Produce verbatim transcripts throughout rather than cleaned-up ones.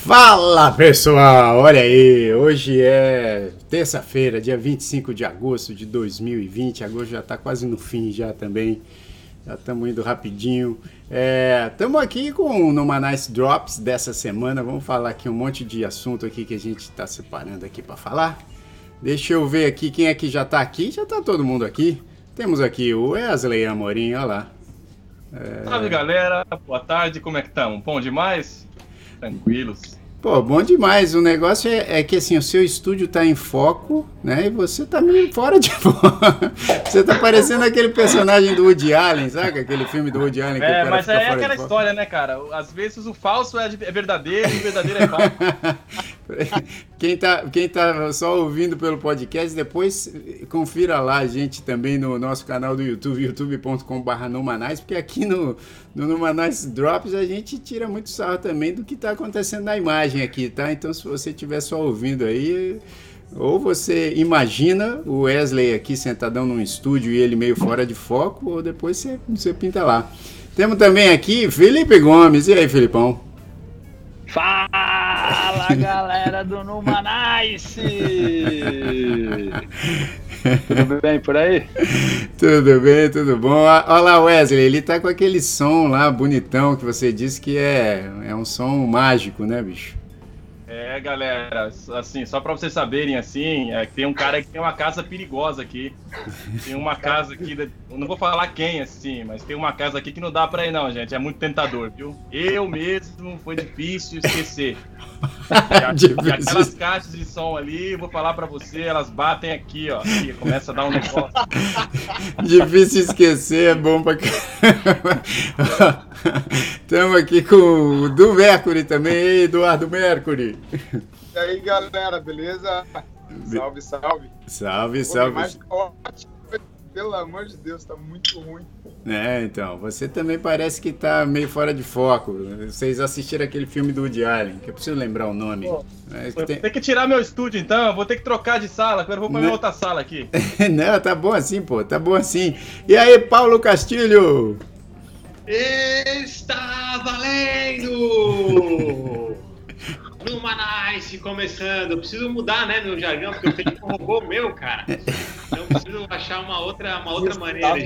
Fala pessoal, olha aí, hoje é terça-feira, dia vinte e cinco de agosto de dois mil e vinte, agosto já está quase no fim já também, já estamos indo rapidinho, estamos é, aqui com o Numanice Drops dessa semana, vamos falar aqui um monte de assunto aqui que a gente está separando aqui para falar. Deixa eu ver aqui quem é que já está aqui, já está todo mundo aqui, temos aqui o Wesley Amorim, olha lá. É... Salve galera, boa tarde, como é que estamos? Bom demais? Tranquilos. Pô, bom demais. O negócio é, é que assim, o seu estúdio tá em foco, né? E você tá meio fora de foco. Você tá parecendo aquele personagem do Woody Allen, sabe? Aquele filme do Woody Allen que é, o cara mas fica é fora aquela de história, foco. Né, cara? Às vezes o falso é verdadeiro e o verdadeiro é falso. Quem tá, quem tá só ouvindo pelo podcast, depois confira lá a gente também no nosso canal do YouTube, youtube ponto com barra Numanice, porque aqui no, no Numanice Drops a gente tira muito sarro também do que tá acontecendo na imagem aqui, tá? Então se você estiver só ouvindo aí, ou você imagina o Wesley aqui sentadão num estúdio e ele meio fora de foco, ou depois você, você pinta lá. Temos também aqui Felipe Gomes. E aí, Felipão? Fala, galera do Numanice! Tudo bem por aí? Tudo bem, tudo bom. Olha lá, Wesley, ele tá com aquele som lá bonitão que você disse que é, é um som mágico, né, bicho? É, galera, assim, só pra vocês saberem, assim, é, tem um cara que tem uma casa perigosa aqui. Tem uma casa aqui, eu não vou falar quem, assim, mas tem uma casa aqui que não dá pra ir não, gente, é muito tentador, viu? Eu mesmo, foi difícil esquecer. E, e aquelas caixas de som ali, vou falar pra você, elas batem aqui, ó, e começa a dar um negócio. Difícil esquecer, é bom pra caramba. Estamos aqui com o do Mercury também, ei, Eduardo Mercury. E aí, galera, beleza? Salve, salve. Salve, salve. Mas, ótimo, pelo amor de Deus, tá muito ruim. É, então, você também parece que tá meio fora de foco. Vocês assistiram aquele filme do Woody Allen, que eu preciso lembrar o nome. Pô, é, que tem... tem que tirar meu estúdio, então, eu vou ter que trocar de sala, agora eu vou pra minha outra sala aqui. Não, tá bom assim, pô, tá bom assim. E aí, Paulo Castilho? Está valendo! Numanice começando. Eu preciso mudar, né, meu jargão, porque o Felipe roubou o meu, cara. Então preciso achar uma outra, uma outra maneira.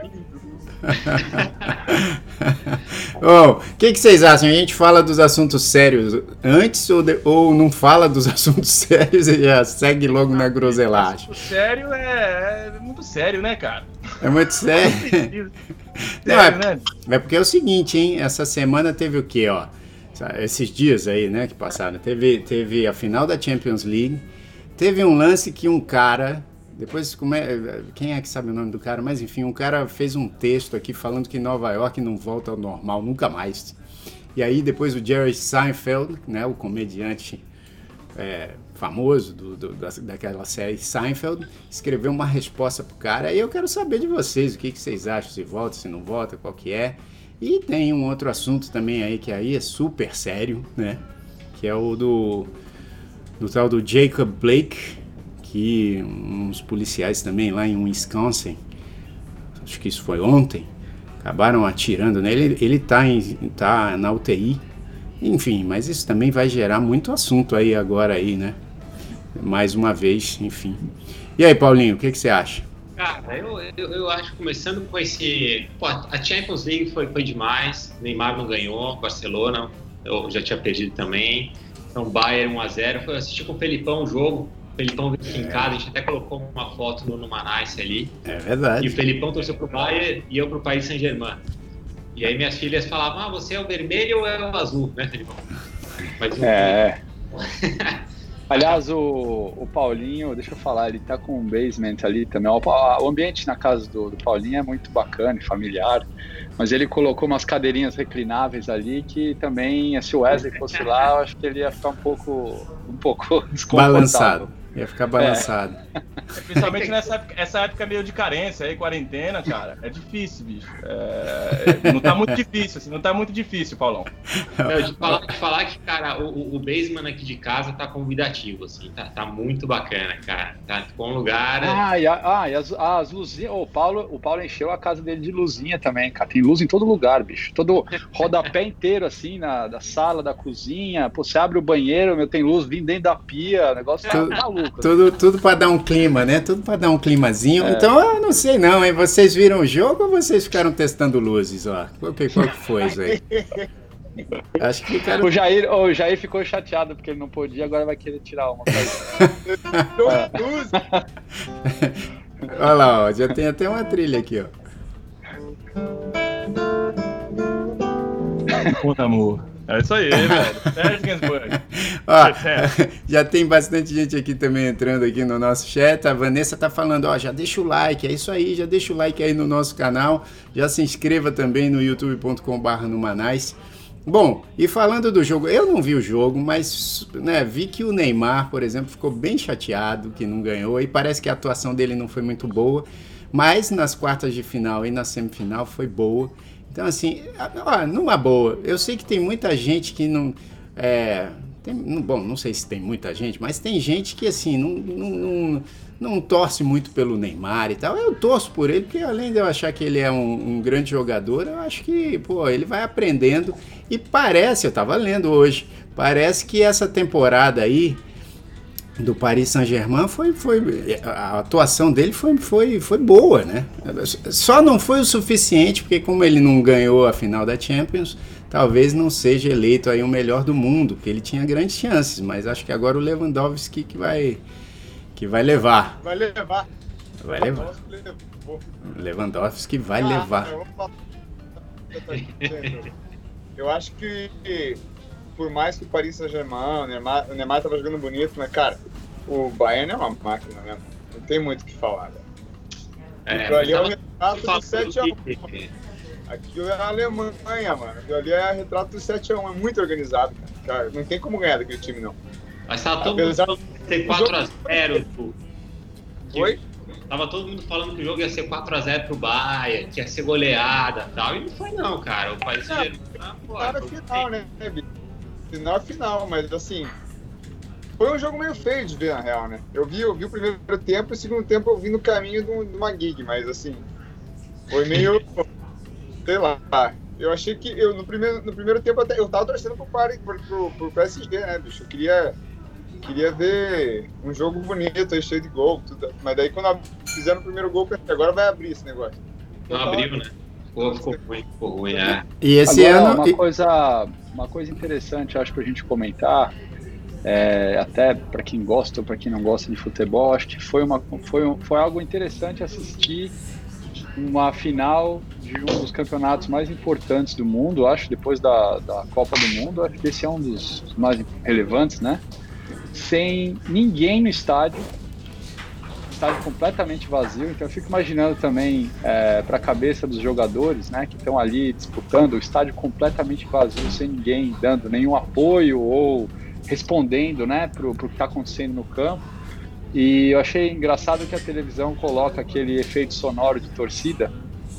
O oh, que, que vocês acham? A gente fala dos assuntos sérios antes ou, de, ou não fala dos assuntos sérios e já segue logo na groselagem? O sério é, é muito sério, né, cara? É muito sério. Não, sério, é, né? é porque é o seguinte, hein? Essa semana teve o quê, ó? Esses dias aí, né, que passaram. Teve, teve a final da Champions League. Teve um lance que um cara... Depois, como é, quem é que sabe o nome do cara? Mas enfim, um cara fez um texto aqui falando que Nova York não volta ao normal nunca mais. E aí depois o Jerry Seinfeld, né, o comediante é, famoso do, do, da, daquela série Seinfeld, escreveu uma resposta pro cara. E eu quero saber de vocês, o que, que vocês acham, se volta, se não volta, qual que é. E tem um outro assunto também aí, que aí é super sério, né? Que é o do, do tal do Jacob Blake, que uns policiais também lá em Wisconsin, acho que isso foi ontem, acabaram atirando nele. Ele, ele tá, em, tá na U T I, enfim, mas isso também vai gerar muito assunto aí agora aí, né? Mais uma vez, enfim. E aí, Paulinho, o que, que você acha? Cara, eu, eu, eu acho que começando com esse... Pô, a Champions League foi, foi demais, Neymar não ganhou, Barcelona eu já tinha perdido também, então Bayern um a zero, eu assisti com o Felipão o jogo, o Felipão veio aqui em casa, a gente até colocou uma foto no Numanice ali. É verdade. E o Felipão torceu pro Bayern e eu pro Paris Saint-Germain. E aí minhas filhas falavam, ah, você é o vermelho ou é o azul, né, Felipão? Mas, é. Aliás, o, o Paulinho, deixa eu falar, ele tá com um basement ali também. O, o ambiente na casa do, do Paulinho é muito bacana e familiar, mas ele colocou umas cadeirinhas reclináveis ali que também, se o Wesley fosse lá, eu acho que ele ia ficar um pouco, um pouco desconfortável. Balançado. Ia ficar balançado. É. Principalmente nessa época, essa época meio de carência aí, quarentena, cara. É difícil, bicho. É, não tá muito difícil, assim, não tá muito difícil, Paulão. Não, de, falar, de falar que, cara, o, o basement aqui de casa tá convidativo, assim, tá, tá muito bacana, cara. Tá com um lugar. Ah, e, a, ah, e as, as luzinhas. Oh, o, Paulo, o Paulo encheu a casa dele de luzinha também, cara. Tem luz em todo lugar, bicho. Todo rodapé inteiro, assim, na da sala, da cozinha. Pô, você abre o banheiro, meu, tem luz vindo dentro da pia. O negócio tá maluco. Tudo, tudo pra dar um clima, né? Tudo pra dar um climazinho. É. Então, eu não sei não, hein? Vocês viram o jogo ou vocês ficaram testando luzes, ó? Qual que, qual que foi isso aí? Acho que ficaram... O Jair, o Jair ficou chateado porque ele não podia, agora vai querer tirar uma. Olha lá, ó, já tem até uma trilha aqui, ó. Puta amor. É isso aí, velho. Sérgio Gainsbourg. Ó, já tem bastante gente aqui também entrando aqui no nosso chat. A Vanessa tá falando, ó, já deixa o like, é isso aí, já deixa o like aí no nosso canal. Já se inscreva também no youtube ponto com barra numanais. Bom, e falando do jogo, eu não vi o jogo, mas né, vi que o Neymar, por exemplo, ficou bem chateado que não ganhou e parece que a atuação dele não foi muito boa, mas nas quartas de final e na semifinal foi boa. Então, assim, ó, numa boa, eu sei que tem muita gente que não... É, tem, bom, não sei se tem muita gente, mas tem gente que, assim, não, não, não, não torce muito pelo Neymar e tal. Eu torço por ele, porque além de eu achar que ele é um, um grande jogador, eu acho que, pô, ele vai aprendendo. E parece, eu tava lendo hoje, parece que essa temporada aí do Paris Saint-Germain foi, foi a atuação dele foi, foi, foi boa, né? Só não foi o suficiente porque como ele não ganhou a final da Champions, talvez não seja eleito aí o melhor do mundo, porque ele tinha grandes chances, mas acho que agora o Lewandowski que vai que vai levar. Vai levar. Vai levar. Lewandowski vai ah, levar. Eu acho que por mais que o Paris Saint-Germain, o Neymar, o Neymar tava jogando bonito, mas, cara, o Bayern é uma máquina, né? Não tem muito o que falar, velho. É, aquilo ali é o retrato do sete a um. Aquilo é a Alemanha, mano. Aquilo ali é o retrato do sete a um. É muito organizado, cara. cara. Não tem como ganhar daquele time, não. Mas tava todo Apesar... mundo falando que ia ser quatro a zero. Oi? Tava todo mundo falando que o jogo ia ser quatro a zero pro Bayern, que ia ser goleada e tal. E não foi, não, cara. O Paris Saint-Germain, pô. Era final, né, bicho? Final final, mas assim, foi um jogo meio feio de ver, na real, né? Eu vi, eu vi o primeiro tempo e o segundo tempo eu vi no caminho de uma gig, mas assim, foi meio, sei lá, eu achei que, eu no primeiro, no primeiro tempo até, eu tava torcendo pro, pro, pro, pro P S G, né, bicho? Eu queria, queria ver um jogo bonito aí, cheio de gol, tudo, mas daí quando fizeram o primeiro gol, agora vai abrir esse negócio. Não então, abriu, né? Ficou, ficou ruim, ficou ruim, é. E esse agora, ano... Uma coisa, uma coisa interessante, acho, pra gente comentar, é, até para quem gosta ou para quem não gosta de futebol, acho que foi, uma, foi, um, foi algo interessante assistir uma final de um dos campeonatos mais importantes do mundo, acho, depois da, da Copa do Mundo, acho que esse é um dos mais relevantes, né? Sem ninguém no estádio, estádio completamente vazio, então eu fico imaginando também é, para a cabeça dos jogadores, né, que estão ali disputando, o estádio completamente vazio, sem ninguém dando nenhum apoio ou respondendo, né, para o que está acontecendo no campo. E eu achei engraçado que a televisão coloca aquele efeito sonoro de torcida,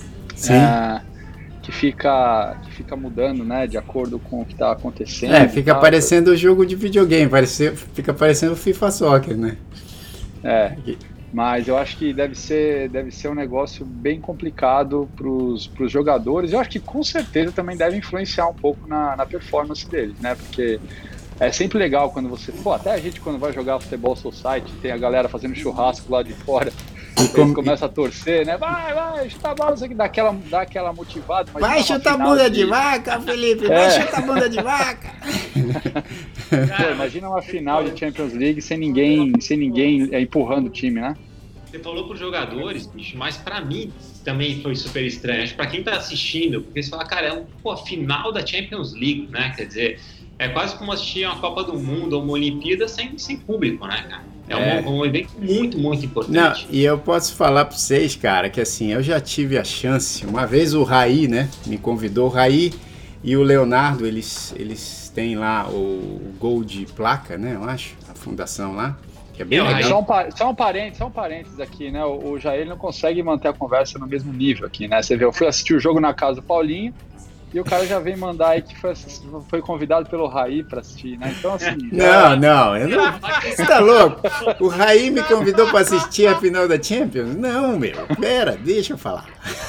é, que fica que fica mudando, né, de acordo com o que está acontecendo. É, fica parecendo o jogo de videogame, parece, fica parecendo o FIFA Soccer, né? É. Mas eu acho que deve ser, deve ser um negócio bem complicado para os jogadores. Eu acho que com certeza também deve influenciar um pouco na, na performance deles, né? Porque é sempre legal quando você... Pô, até a gente quando vai jogar Futebol Society, tem a galera fazendo churrasco lá de fora, e como... começa a torcer, né? Vai, vai, chuta a bola, isso aqui, dá aquela, dá aquela motivada. Vai chutar a bunda de... de vaca, Felipe, vai é. chutar a bunda de vaca. Pô, imagina uma final de Champions League sem ninguém, sem ninguém empurrando o time, né? Você falou pros jogadores, bicho, mas pra mim também foi super estranho. Acho que pra quem tá assistindo, porque você fala, cara, é um, pô, a final da Champions League, né? Quer dizer, é quase como assistir uma Copa do Mundo ou uma Olimpíada sem, sem público, né, cara? É, é. Um, um evento muito, muito importante. Não, e eu posso falar pra vocês, cara, que assim, eu já tive a chance, uma vez o Raí, né, me convidou, o Raí e o Leonardo, eles, eles têm lá o Gol de Placa, né, eu acho, a fundação lá, que é bem É, legal. Só um, pa- só um parênteses, só um parênteses aqui, né? O, o Jair não consegue manter a conversa no mesmo nível aqui, né? Você vê, eu fui assistir o jogo na casa do Paulinho e o cara já vem mandar aí que foi, assist- foi convidado pelo Raí pra assistir, né? Então, assim. Não, não, eu não. Você tá louco? O Raí me convidou para assistir a final da Champions? Não, meu, pera, deixa eu falar.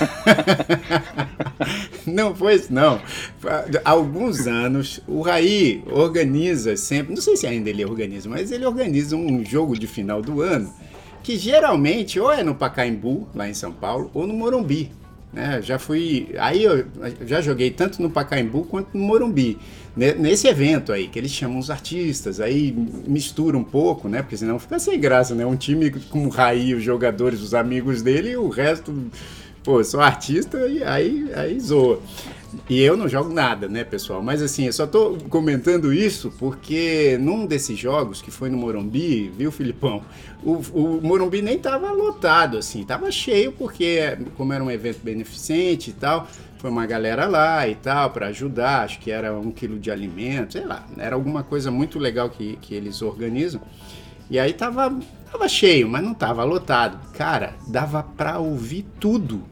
Não foi isso, não. Há alguns anos, o Raí organiza sempre, não sei se ainda ele organiza, mas ele organiza um jogo de final do ano, que geralmente ou é no Pacaembu, lá em São Paulo, ou no Morumbi. Né? Já fui, aí eu já joguei tanto no Pacaembu quanto no Morumbi, né? Nesse evento aí, que eles chamam os artistas, aí mistura um pouco, né? Porque senão fica sem graça, né? Um time com o Raí, os jogadores, os amigos dele, e o resto, pô, sou artista e aí, aí zoa. E eu não jogo nada, né, pessoal? Mas assim, eu só tô comentando isso porque num desses jogos, que foi no Morumbi, viu, Filipão? O, o Morumbi nem tava lotado, assim, tava cheio porque, como era um evento beneficente e tal, foi uma galera lá e tal, para ajudar, acho que era um quilo de alimento, sei lá, era alguma coisa muito legal que, que eles organizam. E aí tava, tava cheio, mas não tava lotado. Cara, dava pra ouvir tudo.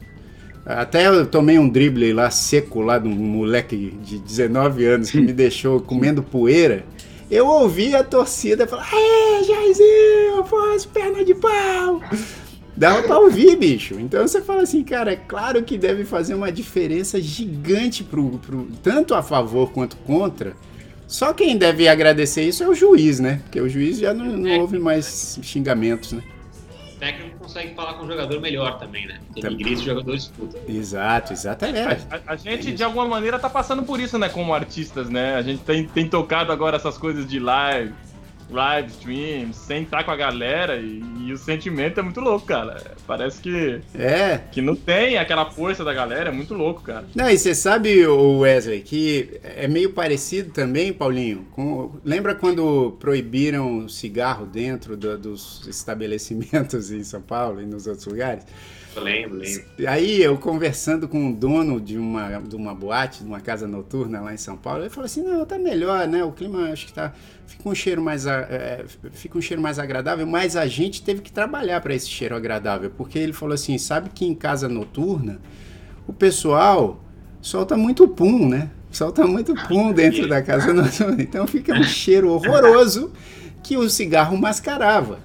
Até eu tomei um drible lá seco, lá de um moleque de dezenove anos que me deixou comendo poeira. Eu ouvi a torcida falar: "É, Jairzinho, faz perna de pau". Dava pra ouvir, bicho. Então você fala assim, cara, é claro que deve fazer uma diferença gigante, pro, pro, tanto a favor quanto contra. Só quem deve agradecer isso é o juiz, né? Porque o juiz já não, não ouve mais xingamentos, né? O técnico consegue falar com o jogador melhor também, né? Ele Também. grita e o jogador escuta. Exato, exatamente. A, a- a gente, de alguma maneira, tá passando por isso, né, como artistas, né? A gente tem, tem tocado agora essas coisas de live, live stream, sem estar com a galera, e, e o sentimento é muito louco, cara. Parece que, É. que não tem aquela força da galera, é muito louco, cara. Não, e você sabe, o Wesley, que é meio parecido também, Paulinho, com, lembra quando proibiram cigarro dentro do- dos estabelecimentos em São Paulo e nos outros lugares? Eu lembro, lembro. Aí eu conversando com o dono de uma, de uma boate, de uma casa noturna lá em São Paulo, ele falou assim, não, tá melhor, né? O clima acho que tá. Fica um cheiro mais, a- é, fica um cheiro mais agradável, mas a gente teve que trabalhar para esse cheiro agradável, porque ele falou assim, sabe que em casa noturna o pessoal solta muito pum, né? Solta muito pum dentro da casa noturna. Então fica um cheiro horroroso que o cigarro mascarava.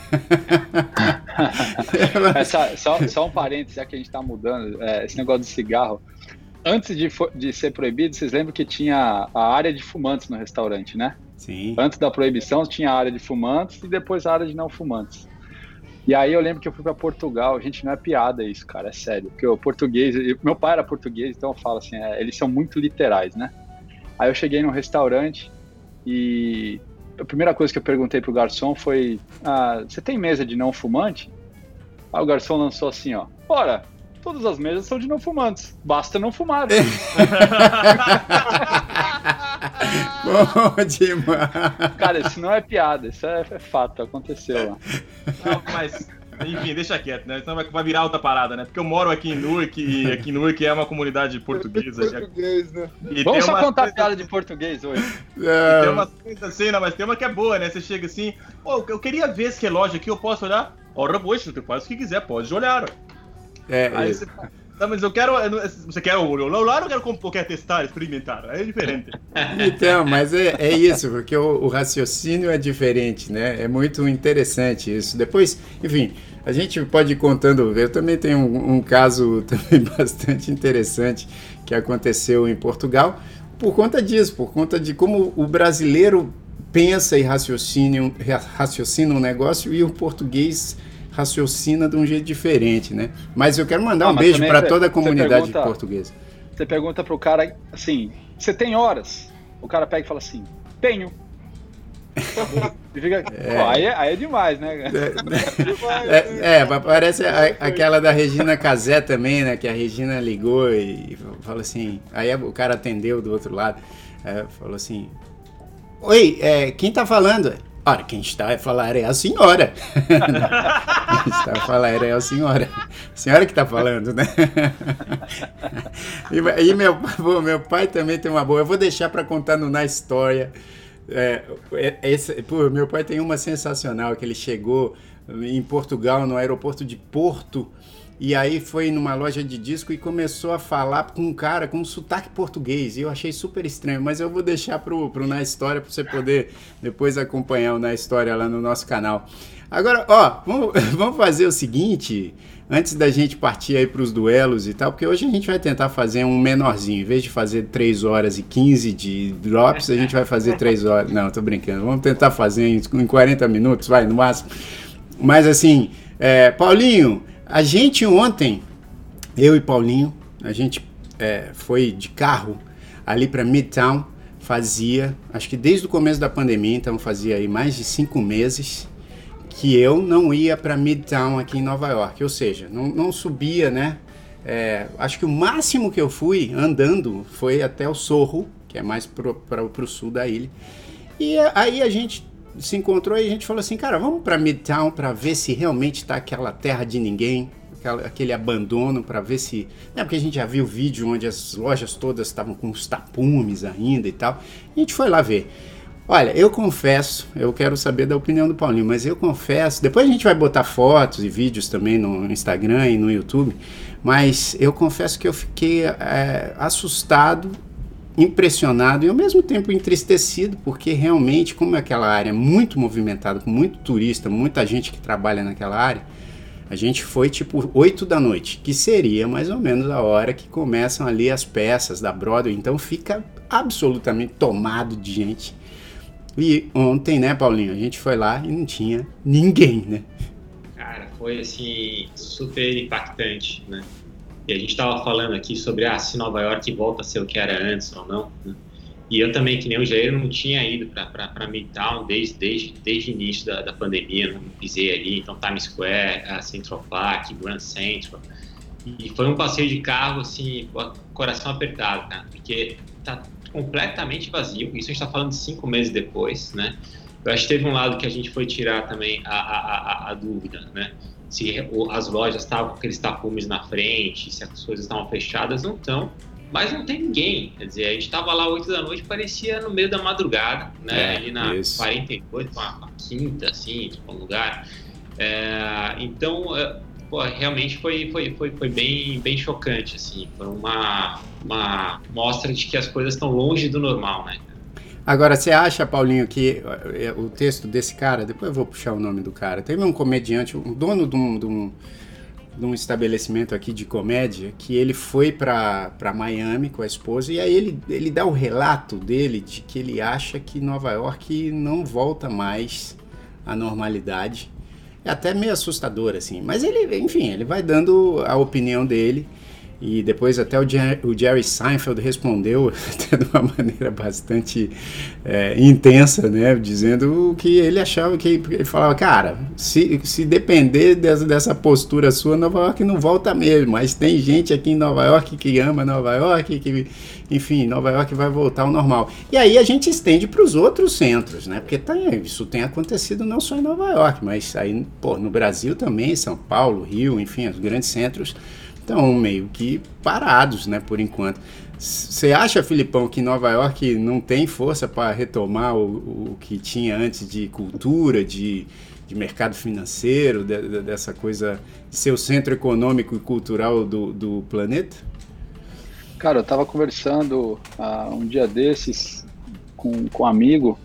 Essa, só, só um parênteses, já que a gente tá mudando, é, esse negócio de cigarro. Antes de, fo- de ser proibido, vocês lembram que tinha a área de fumantes no restaurante, né? Sim. Antes da proibição tinha a área de fumantes e depois a área de não fumantes. E aí eu lembro que eu fui para Portugal, gente, não é piada isso, cara, é sério. Porque o português, meu pai era português, então eu falo assim, é, eles são muito literais, né? Aí eu cheguei num restaurante e a primeira coisa que eu perguntei pro garçom foi, ah, você tem mesa de não fumante? Aí o garçom lançou assim, ó, ora, todas as mesas são de não fumantes, basta não fumar. Bom demais. Cara, isso não é piada, isso é, é fato, aconteceu lá. Não, mas, enfim, deixa quieto, né? Senão vai, vai virar outra parada, né? Porque eu moro aqui em Newark e aqui em Newark é uma comunidade portuguesa. Português, né? E Vamos tem só umas contar coisas- piada de português hoje. Tem Não, umas coisas assim, não, mas tem uma que é boa, né? Você chega assim, pô, eu queria ver esse relógio aqui, eu posso olhar? Ora, poxa, tu faz o que quiser, pode olhar. é, Aí é, você fala, não, mas eu quero. eu não- Você quer olhar ou eu quero, como- eu quero testar, experimentar? É diferente. então, mas é, é isso, porque o, o raciocínio é diferente, né? É muito interessante isso. Depois, enfim, a gente pode ir contando. Eu também tenho um, um caso também bastante interessante que aconteceu em Portugal por conta disso, por conta de como o brasileiro pensa e raciocina, um- raciocina um negócio e o português raciocina de um jeito diferente, né? Mas eu quero mandar Não, um mas beijo também para você- toda a você comunidade pergunta- portuguesa. Você pergunta pro cara assim, você tem horas? O cara pega e fala assim, tenho. E fica, pô, aí, é, aí é demais, né? É, é, parece a- aquela da Regina Casé também, né? Que a Regina ligou e falou assim. Aí o cara atendeu do outro lado, é, falou assim: oi, é, quem tá falando? Ora, quem está a falar é a senhora. Quem está a falar é a senhora. A senhora que tá falando, né? E, e meu, pô, meu pai também tem uma boa. Eu vou deixar para contar no Na História. É, esse, pô, meu pai tem uma sensacional, que ele chegou em Portugal, no aeroporto de Porto, e aí foi numa loja de disco e começou a falar com um cara com um sotaque português, e eu achei super estranho, mas eu vou deixar pro, pro Na História, para você poder depois acompanhar o Na História lá no nosso canal. Agora, ó, vamos, vamos fazer o seguinte, antes da gente partir aí para os duelos e tal, porque hoje a gente vai tentar fazer um menorzinho, em vez de fazer três horas e quinze de drops, a gente vai fazer três horas, não, tô brincando, vamos tentar fazer em, em quarenta minutos, vai, no máximo. Mas assim, é, Paulinho, a gente ontem, eu e Paulinho, a gente é, foi de carro ali para Midtown, fazia, acho que desde o começo da pandemia, então fazia aí mais de cinco meses, que eu não ia para Midtown aqui em Nova York, ou seja, não, não subia, né? É, acho que o máximo que eu fui andando foi até o Sorro, que é mais para o sul da ilha. E aí a gente se encontrou e a gente falou assim, cara, vamos para Midtown para ver se realmente está aquela terra de ninguém, aquela, aquele abandono, para ver se... Né, porque a gente já viu vídeo onde as lojas todas estavam com os tapumes ainda e tal. A gente foi lá ver. Olha, eu confesso, eu quero saber da opinião do Paulinho, mas eu confesso, depois a gente vai botar fotos e vídeos também no Instagram e no YouTube, mas eu confesso que eu fiquei é, assustado, impressionado e ao mesmo tempo entristecido, porque realmente, como aquela área é muito movimentada, com muito turista, muita gente que trabalha naquela área, a gente foi tipo oito da noite, que seria mais ou menos a hora que começam ali as peças da Broadway, então fica absolutamente tomado de gente. E ontem, né, Paulinho, a gente foi lá e não tinha ninguém, né? Cara, foi assim, super impactante, né? E a gente estava falando aqui sobre ah, se Nova York volta a ser o que era antes ou não, né? E eu também, que nem o Jair, não tinha ido para Midtown desde, desde, desde o início da, da pandemia, não pisei ali, então Times Square, Central Park, Grand Central. E foi um passeio de carro, assim, coração apertado, cara, porque tá completamente vazio, isso a gente está falando de cinco meses depois, né? Eu acho que teve um lado que a gente foi tirar também a, a, a, a dúvida, né? Se as lojas estavam com aqueles tapumes na frente, se as coisas estavam fechadas, não estão, mas não tem ninguém, quer dizer, a gente estava lá oito da noite, parecia no meio da madrugada, né? É, ali na isso. quarenta e oito, uma, uma quinta, assim, tipo, um lugar. É, então, pô, realmente foi, foi, foi, foi bem, bem chocante, assim, foi uma, uma mostra de que as coisas estão longe do normal, né? Agora, você acha, Paulinho, que o texto desse cara, depois eu vou puxar o nome do cara, teve um comediante, um dono de um, de um, de um estabelecimento aqui de comédia, que ele foi para Miami com a esposa, e aí ele, ele dá o relato dele de que ele acha que Nova York não volta mais à normalidade. É até meio assustador, assim, mas ele, enfim, ele vai dando a opinião dele, e depois até o Jerry, o Jerry Seinfeld respondeu até de uma maneira bastante é, intensa, né, dizendo que ele achava, que ele falava, cara, se, se depender dessa, dessa postura sua, Nova York não volta mesmo, mas tem gente aqui em Nova York que ama Nova York, que, enfim, Nova York vai voltar ao normal. E aí a gente estende para os outros centros, né, porque tá, isso tem acontecido não só em Nova York, mas aí, pô, no Brasil também, São Paulo, Rio, enfim, os grandes centros estão meio que parados, né, por enquanto. Você acha, Filipão, que Nova York não tem força para retomar o, o que tinha antes de cultura, de, de mercado financeiro, de, de, dessa coisa de ser o centro econômico e cultural do, do planeta? Cara, eu estava conversando uh, um dia desses com, com um amigo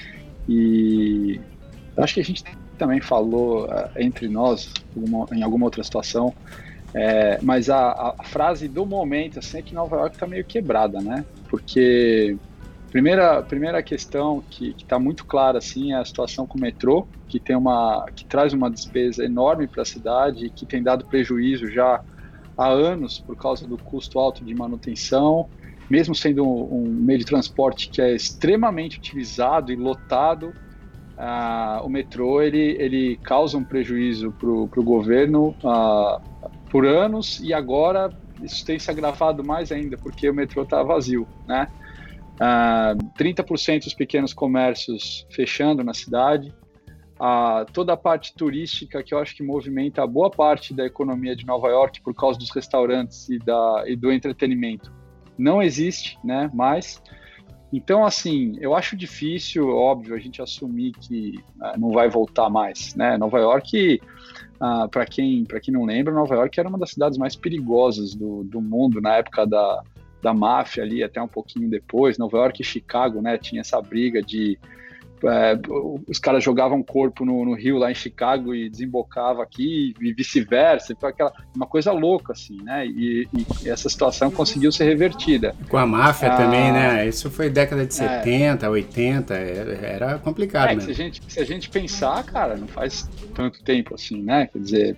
e acho que a gente também falou uh, entre nós uma, em alguma outra situação. É, mas a, a frase do momento assim, é que Nova York está meio quebrada, né? Porque primeira primeira questão que está muito clara assim é a situação com o metrô, que tem uma que traz uma despesa enorme para a cidade e que tem dado prejuízo já há anos por causa do custo alto de manutenção, mesmo sendo um, um meio de transporte que é extremamente utilizado e lotado. Uh, o metrô ele ele causa um prejuízo para o governo uh, por anos, e agora isso tem se agravado mais ainda, porque o metrô está vazio, né? Uh, trinta por cento dos pequenos comércios fechando na cidade, uh, toda a parte turística, que eu acho que movimenta a boa parte da economia de Nova York por causa dos restaurantes e, da, e do entretenimento, não existe, né? Mas, Então, assim, eu acho difícil, óbvio, a gente assumir que uh, não vai voltar mais, né? Nova York, uh, para quem, para quem não lembra, Nova York era uma das cidades mais perigosas do, do mundo na época da, da máfia ali, até um pouquinho depois. Nova York e Chicago, né? Tinha essa briga de... É, os caras jogavam corpo no, no rio lá em Chicago e desembocava aqui e vice-versa, foi aquela, uma coisa louca assim, né, e, e essa situação conseguiu ser revertida. Com a máfia ah, também, né, isso foi década de é, setenta, oitenta, era, era complicado é, mesmo. Se a, gente, se a gente pensar, cara, não faz tanto tempo assim, né, quer dizer,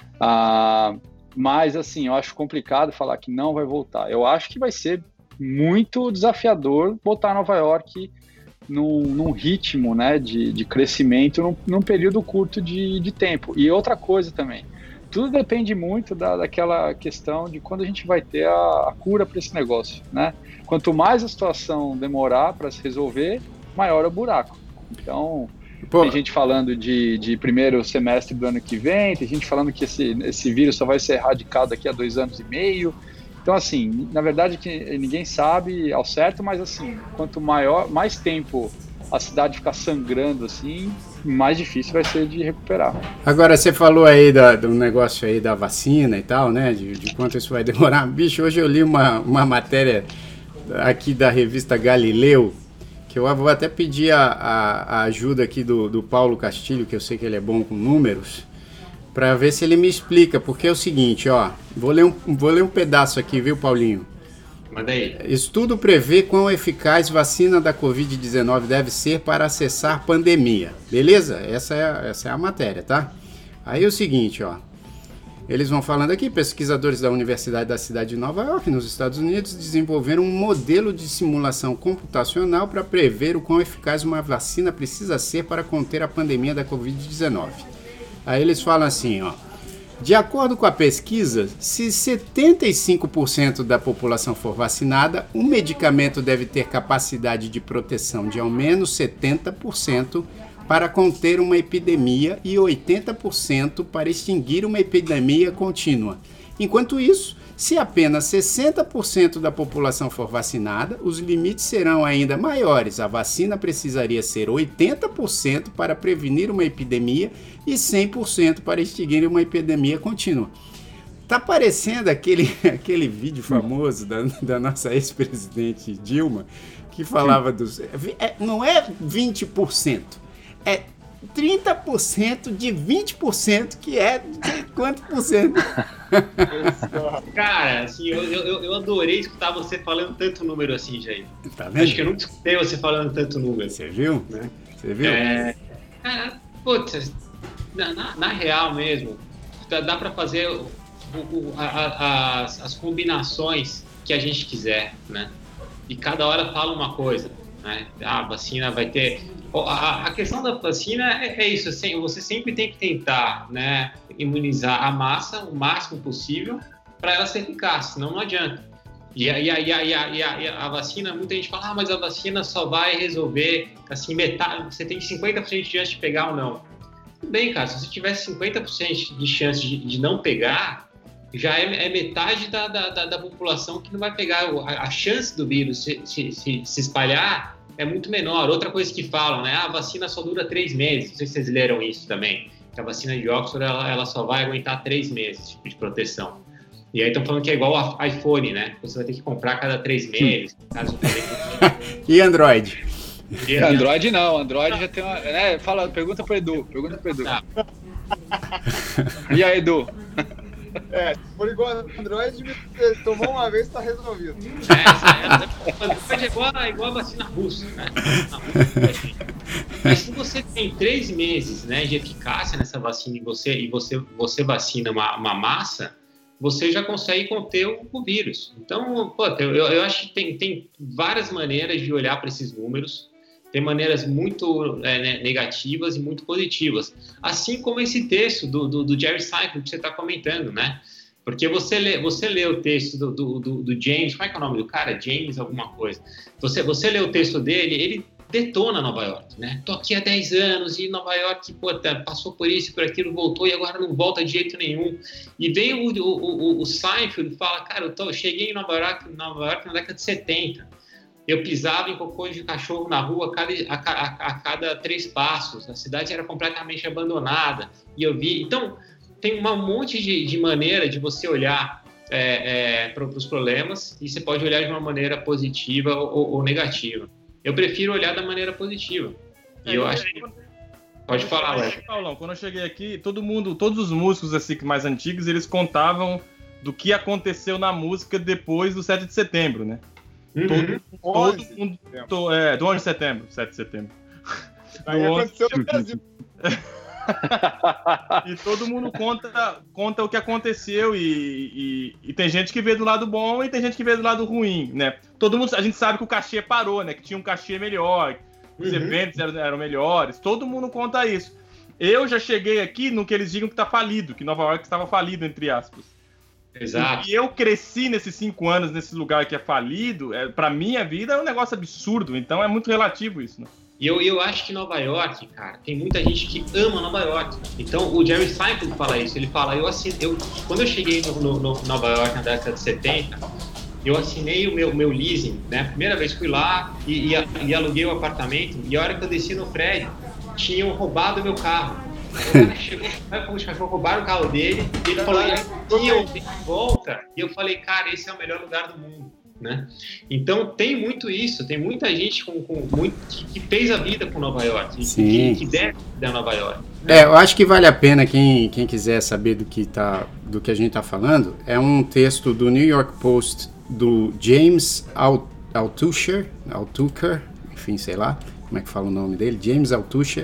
ah, mas assim, eu acho complicado falar que não vai voltar, eu acho que vai ser muito desafiador botar Nova York Num, num ritmo, né, de, de crescimento num, num período curto de, de tempo. E outra coisa também, tudo depende muito da, daquela questão de quando a gente vai ter a, a cura para esse negócio, né? Quanto mais a situação demorar para se resolver, maior é o buraco. Então, Pô. tem gente falando de, de primeiro semestre do ano que vem, tem gente falando que esse, esse vírus só vai ser erradicado daqui a dois anos e meio. Então, assim, na verdade que ninguém sabe ao certo, mas assim, quanto maior, mais tempo a cidade ficar sangrando assim, mais difícil vai ser de recuperar. Agora, você falou aí da, do negócio aí da vacina e tal, né, de, de quanto isso vai demorar. Bicho, hoje eu li uma, uma matéria aqui da revista Galileu, que eu vou até pedir a, a, a ajuda aqui do, do Paulo Castilho, que eu sei que ele é bom com números, para ver se ele me explica, porque é o seguinte, ó, vou ler um, vou ler um pedaço aqui, viu, Paulinho? Manda aí. Estudo prevê quão eficaz vacina da covid dezenove deve ser para acessar pandemia. Beleza? Essa é, a, essa é a matéria, tá? Aí é o seguinte, ó, eles vão falando aqui, pesquisadores da Universidade da Cidade de Nova York, nos Estados Unidos, desenvolveram um modelo de simulação computacional para prever o quão eficaz uma vacina precisa ser para conter a pandemia da covid dezenove. Aí eles falam assim, ó, de acordo com a pesquisa, se setenta e cinco por cento da população for vacinada, o medicamento deve ter capacidade de proteção de ao menos setenta por cento para conter uma epidemia e oitenta por cento para extinguir uma epidemia contínua. Enquanto isso, se apenas sessenta por cento da população for vacinada, os limites serão ainda maiores. A vacina precisaria ser oitenta por cento para prevenir uma epidemia e cem por cento para extinguir uma epidemia contínua. Tá parecendo aquele, aquele vídeo famoso da, da nossa ex-presidente Dilma, que falava dos... É, não é vinte por cento, é trinta por cento de vinte por cento, que é de quanto por cento? Cara, assim, eu, eu, eu adorei escutar você falando tanto número assim, Jair. Tá vendo? Acho que eu nunca escutei você falando tanto número. Você viu? Né? Você viu? É, cara, putz, na, na, na real mesmo, dá, dá pra fazer o, o, a, a, as, as combinações que a gente quiser, né? E cada hora fala uma coisa, né? Ah, a vacina vai ter... A, a questão da vacina é, é isso, assim, você sempre tem que tentar, né, imunizar a massa o máximo possível para ela ser eficaz, senão não adianta. E a, e, a, e, a, e, a, e, a, e a vacina, muita gente fala, ah, mas a vacina só vai resolver, assim, metade, você tem cinquenta por cento de chance de pegar ou não. Tudo bem, cara, se você tivesse cinquenta por cento de chance de, de não pegar, já é, é metade da, da, da, da população que não vai pegar. A, a chance do vírus se, se, se, se espalhar é muito menor. Outra coisa que falam, né? Ah, a vacina só dura três meses. Não sei se vocês leram isso também. Que a vacina de Oxford, ela, ela só vai aguentar três meses tipo de proteção. E aí estão falando que é igual a iPhone, né? Você vai ter que comprar a cada três meses. Caso e Android? E Android não. Android já tem uma... Né? Fala, pergunta pro Edu. Pergunta pro Edu. Tá. E aí, Edu? É, por igual Android, tomou uma vez e está resolvido. É, Android é igual, é igual a vacina russa, né? Mas se você tem três meses, né, de eficácia nessa vacina e você, e você, você vacina uma, uma massa, você já consegue conter o, o vírus. Então, pô, eu, eu acho que tem, tem várias maneiras de olhar para esses números. Tem maneiras muito é, negativas e muito positivas. Assim como esse texto do, do, do Jerry Seinfeld que você está comentando, né? Porque você lê, você lê o texto do, do, do, do James, como é que é o nome do cara? James alguma coisa. Você, você lê o texto dele, ele detona Nova York, né? Tô aqui há dez anos e Nova York, pô, passou por isso, por aquilo, voltou e agora não volta de jeito nenhum. E vem o, o, o, o Seinfeld e fala, cara, eu, tô, eu cheguei em Nova York, Nova York na década de setenta. eu pisava em cocô de cachorro na rua a cada, a, a, a cada três passos, a cidade era completamente abandonada, e eu vi... Então, tem um monte de, de maneira de você olhar é, é, para os problemas, e você pode olhar de uma maneira positiva ou, ou negativa. Eu prefiro olhar da maneira positiva. E eu acho que... Pode falar, Léo. Paulão, quando eu cheguei aqui, todo mundo, todos os músicos assim, mais antigos, eles contavam do que aconteceu na música depois do sete de setembro, né? Uhum. Todo, todo mundo... To, é, do onze de setembro, sete de setembro. Aí aconteceu no Brasil. E todo mundo conta, conta o que aconteceu e, e, e tem gente que vê do lado bom e tem gente que vê do lado ruim, né? Todo mundo, a gente sabe que o cachê parou, né? Que tinha um cachê melhor, os uhum. eventos eram, eram melhores, todo mundo conta isso. Eu já cheguei aqui no que eles digam que tá falido, que Nova York estava falido, entre aspas. Exato. E eu cresci nesses cinco anos nesse lugar que é falido, é, pra minha vida é um negócio absurdo, então é muito relativo isso, né? E eu, eu acho que Nova York, cara, tem muita gente que ama Nova York. Então, o Jerry Seinfeld fala isso. Ele fala, eu assinei, eu, quando eu cheguei no, no, no Nova York na década de setenta, eu assinei o meu, meu leasing, né? Primeira vez fui lá e, e, e aluguei o apartamento. E a hora que eu desci no prédio, tinham roubado o meu carro. O cara chegou, os cachorros roubaram o carro dele. E ele falou, e eu de volta. E eu falei, cara, esse é o melhor lugar do mundo. Né? Então tem muito isso, tem muita gente com, com muito, que, que fez a vida com Nova York, que, que deve da Nova York. É, eu acho que vale a pena quem, quem quiser saber do que, tá, do que a gente está falando. É um texto do New York Post do James Altucher, Altucher, enfim, sei lá como é que fala o nome dele, James Altucher,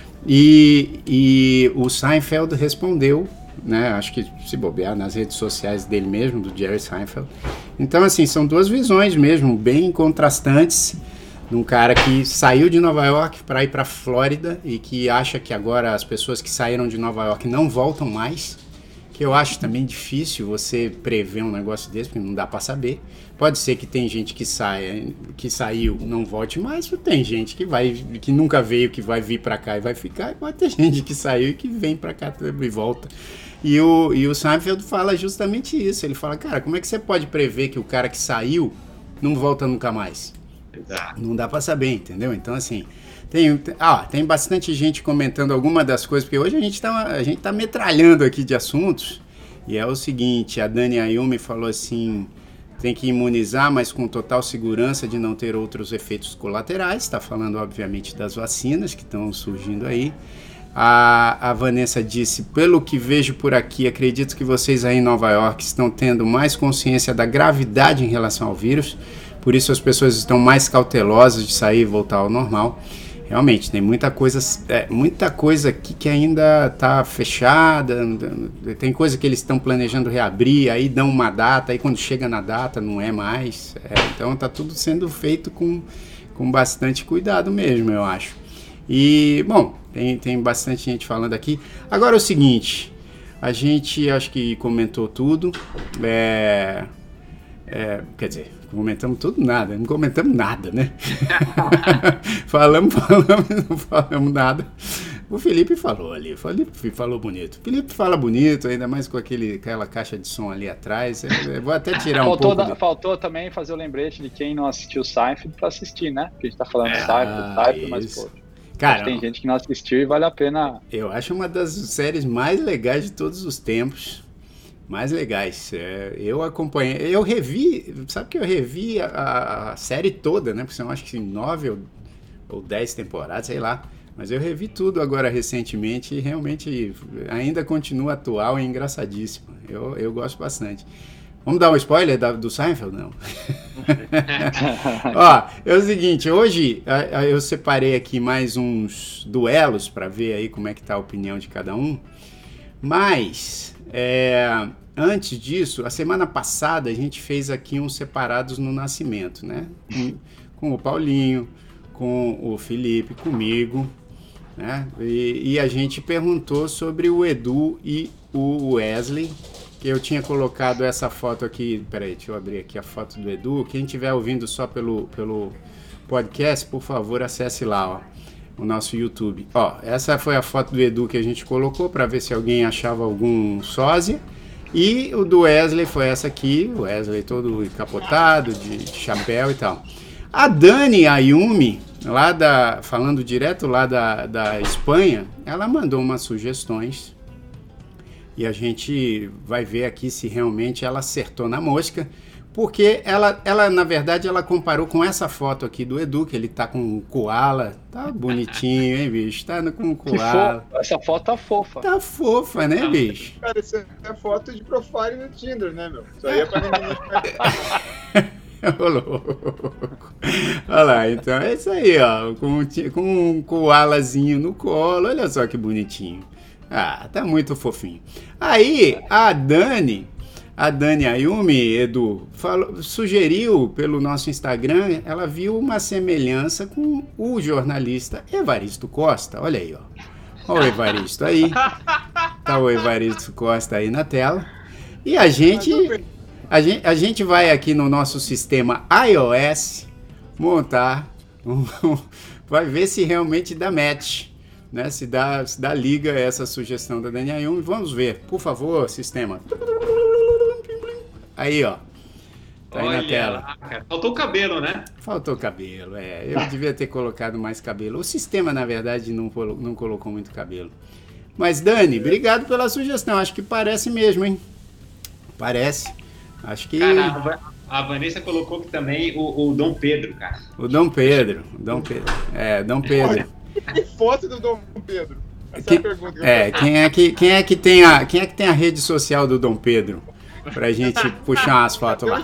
e, e o Seinfeld respondeu, né, acho que se bobear nas redes sociais dele mesmo, do Jerry Seinfeld. Então, assim, são duas visões mesmo, bem contrastantes, de um cara que saiu de Nova York para ir para Flórida e que acha que agora as pessoas que saíram de Nova York não voltam mais, que eu acho também difícil você prever um negócio desse, porque não dá para saber. Pode ser que tem gente que saia, que saiu, não volte mais, mas tem gente que vai, que nunca veio, que vai vir para cá e vai ficar, e pode ter gente que saiu e que vem para cá e volta. E o, e o Seinfeld fala justamente isso. Ele fala, cara, como é que você pode prever que o cara que saiu não volta nunca mais? Exato. Não dá pra saber, entendeu? Então, assim, tem, ah, tem bastante gente comentando alguma das coisas, porque hoje a gente tá, a gente tá metralhando aqui de assuntos, e é o seguinte, a Dani Ayumi falou assim, tem que imunizar, mas com total segurança de não ter outros efeitos colaterais, está falando, obviamente, das vacinas que estão surgindo aí. A, a Vanessa disse, pelo que vejo por aqui, acredito que vocês aí em Nova York estão tendo mais consciência da gravidade em relação ao vírus, por isso as pessoas estão mais cautelosas de sair e voltar ao normal. Realmente, tem muita coisa, é, muita coisa aqui que ainda está fechada, tem coisa que eles estão planejando reabrir, aí dão uma data, aí quando chega na data não é mais, é, então está tudo sendo feito com, com bastante cuidado mesmo, eu acho. E, bom, tem, tem bastante gente falando aqui. Agora é o seguinte, a gente acho que comentou tudo, é, é, quer dizer, comentamos tudo nada, não comentamos nada, né? falamos, falamos, não falamos nada. O Felipe falou ali, o Felipe falou bonito. O Felipe fala bonito, ainda mais com aquele, aquela caixa de som ali atrás. Eu, eu vou até tirar um faltou pouco... Da, de... Faltou também fazer o lembrete de quem não assistiu o Seinfeld para assistir, né? Porque a gente tá falando é, Seinfeld, Seinfeld, mas pô... Cara, tem gente que não assistiu e vale a pena. Eu acho uma das séries mais legais de todos os tempos. Mais legais. É, eu acompanhei, eu revi, sabe que eu revi a, a série toda, né? Porque são acho que nove ou, ou dez temporadas, sei lá. Mas eu revi tudo agora recentemente e realmente ainda continua atual e engraçadíssimo. Eu, eu gosto bastante. Vamos dar um spoiler da, do Seinfeld? Não. Ó, é o seguinte, hoje eu separei aqui mais uns duelos para ver aí como é que tá a opinião de cada um. Mas, é, antes disso, a semana passada a gente fez aqui uns separados no Nascimento, né? Com, com o Paulinho, com o Felipe, comigo, né? E, e a gente perguntou sobre o Edu e o Wesley. Eu tinha colocado essa foto aqui, peraí, deixa eu abrir aqui a foto do Edu. Quem estiver ouvindo só pelo, pelo podcast, por favor, acesse lá, ó, o nosso YouTube. Ó, essa foi a foto do Edu que a gente colocou para ver se alguém achava algum sósia. E o do Wesley foi essa aqui, o Wesley todo encapotado, de, de chapéu e tal. A Dani Ayumi, lá da, falando direto lá da, da Espanha, ela mandou umas sugestões e a gente vai ver aqui se realmente ela acertou na mosca, porque ela, ela na verdade, ela comparou com essa foto aqui do Edu, que ele tá com um koala, tá bonitinho, hein, bicho? Tá com um koala. Essa foto tá fofa. Tá fofa, né, bicho? Cara, isso é foto de profile no Tinder, né, meu? Isso aí é pra ninguém. Ô, louco. Olha lá, então é isso aí, ó, com, com um koalazinho no colo, olha só que bonitinho. Ah, tá muito fofinho. Aí, a Dani, a Dani Ayumi, Edu, falou, sugeriu pelo nosso Instagram, ela viu uma semelhança com o jornalista Evaristo Costa, olha aí, ó. Olha o Evaristo aí, tá o Evaristo Costa aí na tela. E a gente... A gente, a gente vai aqui no nosso sistema iOS montar, um, vai ver se realmente dá match, né? Se dá, se dá liga essa sugestão da Dani Ayumi. Vamos ver, por favor, sistema. Aí, ó. Tá aí Olha na tela. lá, cara. Faltou o cabelo, né? Faltou cabelo, é. Eu devia ter colocado mais cabelo. O sistema, na verdade, não, não colocou muito cabelo. Mas, Dani, obrigado pela sugestão. Acho que parece mesmo, hein? Parece. Acho que... Cara, a Vanessa colocou que também o, o Dom Pedro, cara. O Dom Pedro, o Dom Pedro. É, Dom Pedro. Que foto do Dom Pedro? Essa que, é a pergunta. Que é, quem é que, quem é que tem a, quem é que tem a rede social do Dom Pedro? Pra gente puxar umas fotos lá.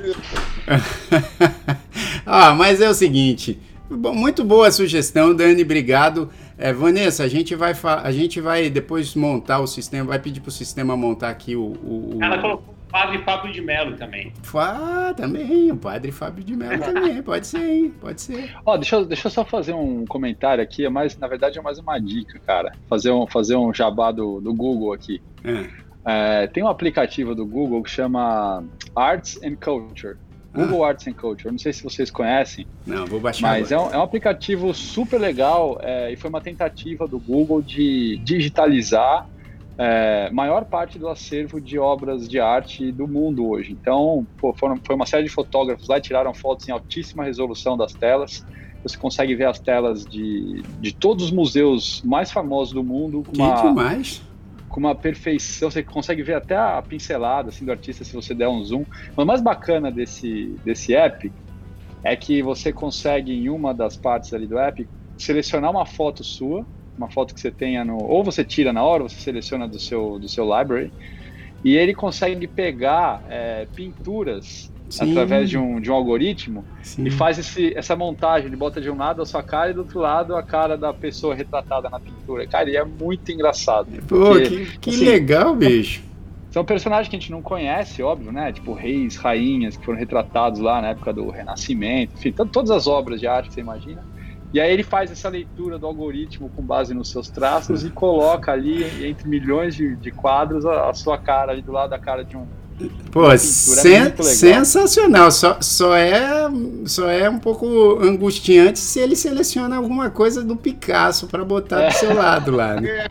Ah, mas é o seguinte, muito boa a sugestão, Dani, obrigado. É, Vanessa, a gente, vai a gente vai depois montar o sistema, vai pedir pro sistema montar aqui o... o, o... Ela colocou o padre Fábio de Mello também. Ah, também, o padre Fábio de Mello também, pode ser, hein, pode ser. Ó, deixa, eu, deixa eu só fazer um comentário aqui, é mais, na verdade é mais uma dica, cara, fazer um, fazer um jabá do, do Google aqui. É. É, tem um aplicativo do Google que chama Arts and Culture. Google ah. Arts and Culture, eu não sei se vocês conhecem. Não, vou baixar. Mas é um, é um aplicativo super legal é, e foi uma tentativa do Google de digitalizar é, maior parte do acervo de obras de arte do mundo hoje. Então, pô, foram, foi uma série de fotógrafos lá e tiraram fotos em altíssima resolução das telas. Você consegue ver as telas de, de todos os museus mais famosos do mundo. Com que uma, demais! Com uma perfeição, você consegue ver até a pincelada assim, do artista se você der um zoom. Mas o mais bacana desse, desse app é que você consegue, em uma das partes ali do app, selecionar uma foto sua, uma foto que você tenha no... Ou você tira na hora, você seleciona do seu, do seu library, e ele consegue pegar é, pinturas Sim. através de um, de um algoritmo Sim. e faz esse, essa montagem, ele bota de um lado a sua cara e do outro lado a cara da pessoa retratada na pintura. Cara, e é muito engraçado. Pô, porque, que, que assim, legal, bicho. São personagens que a gente não conhece, óbvio, né? Tipo reis, rainhas que foram retratados lá na época do Renascimento, enfim, todas as obras de arte que você imagina. E aí ele faz essa leitura do algoritmo com base nos seus traços e coloca ali, entre milhões de, de quadros, a, a sua cara ali do lado da cara de um... Pô, sen sensacional, só, só, é, só é um pouco angustiante se ele seleciona alguma coisa do Picasso para botar é. do seu lado lá, né?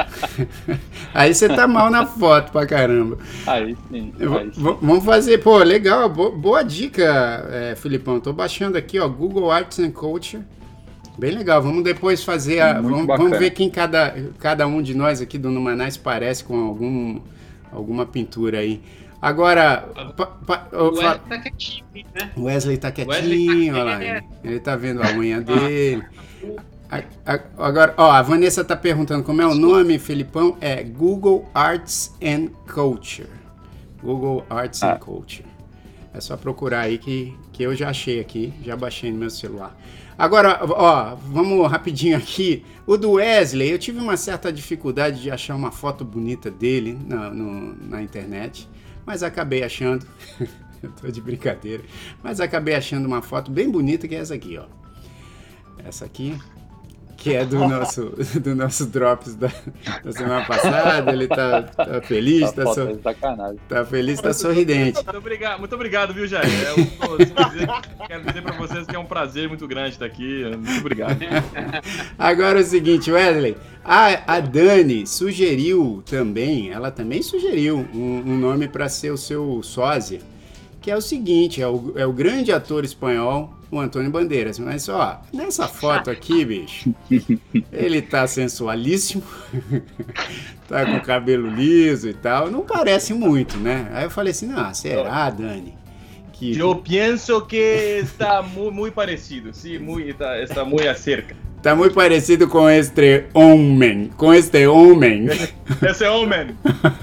Aí você tá mal na foto pra caramba. Aí sim. Aí sim. Vamos fazer, pô, legal, boa, boa dica, é, Filipão, tô baixando aqui, ó, Google Arts and Culture, bem legal, vamos depois fazer, a, vamos, vamos ver quem cada, cada um de nós aqui do Numanais parece com algum, alguma pintura aí. Agora, pa, pa, o Wesley tá quietinho, né? O Wesley tá quietinho, olha lá, ele, ele tá vendo a unha dele. A, a, agora, ó, a Vanessa tá perguntando como é o nome, Felipão, é Google Arts and Culture. Google Arts ah. and Culture. É só procurar aí que, que eu já achei aqui, já baixei no meu celular. Agora, ó, vamos rapidinho aqui. O do Wesley, eu tive uma certa dificuldade de achar uma foto bonita dele na, no, na internet. Mas acabei achando, eu tô de brincadeira, mas acabei achando uma foto bem bonita que é essa aqui, ó. Essa aqui, que é do nosso, do nosso Drops da, da semana passada, ele tá, tá feliz, tá, so, tá feliz, tá sorridente. Muito obrigado, muito obrigado, viu, Jair? É um, quero dizer pra vocês que é um prazer muito grande estar aqui, muito obrigado. Agora é o seguinte, Wesley, a, a Dani sugeriu também, ela também sugeriu um, um nome para ser o seu sósia, que é o seguinte, é o, é o grande ator espanhol, o Antônio Bandeiras. Mas, ó, nessa foto aqui, bicho, ele tá sensualíssimo, tá com o cabelo liso e tal, não parece muito, né? Aí eu falei assim, não, será, Dani? Que... Eu penso que está muito, muito parecido, sim, muito, está, está muito acerca. Tá muito parecido com este homem, com este homem. Esse homem.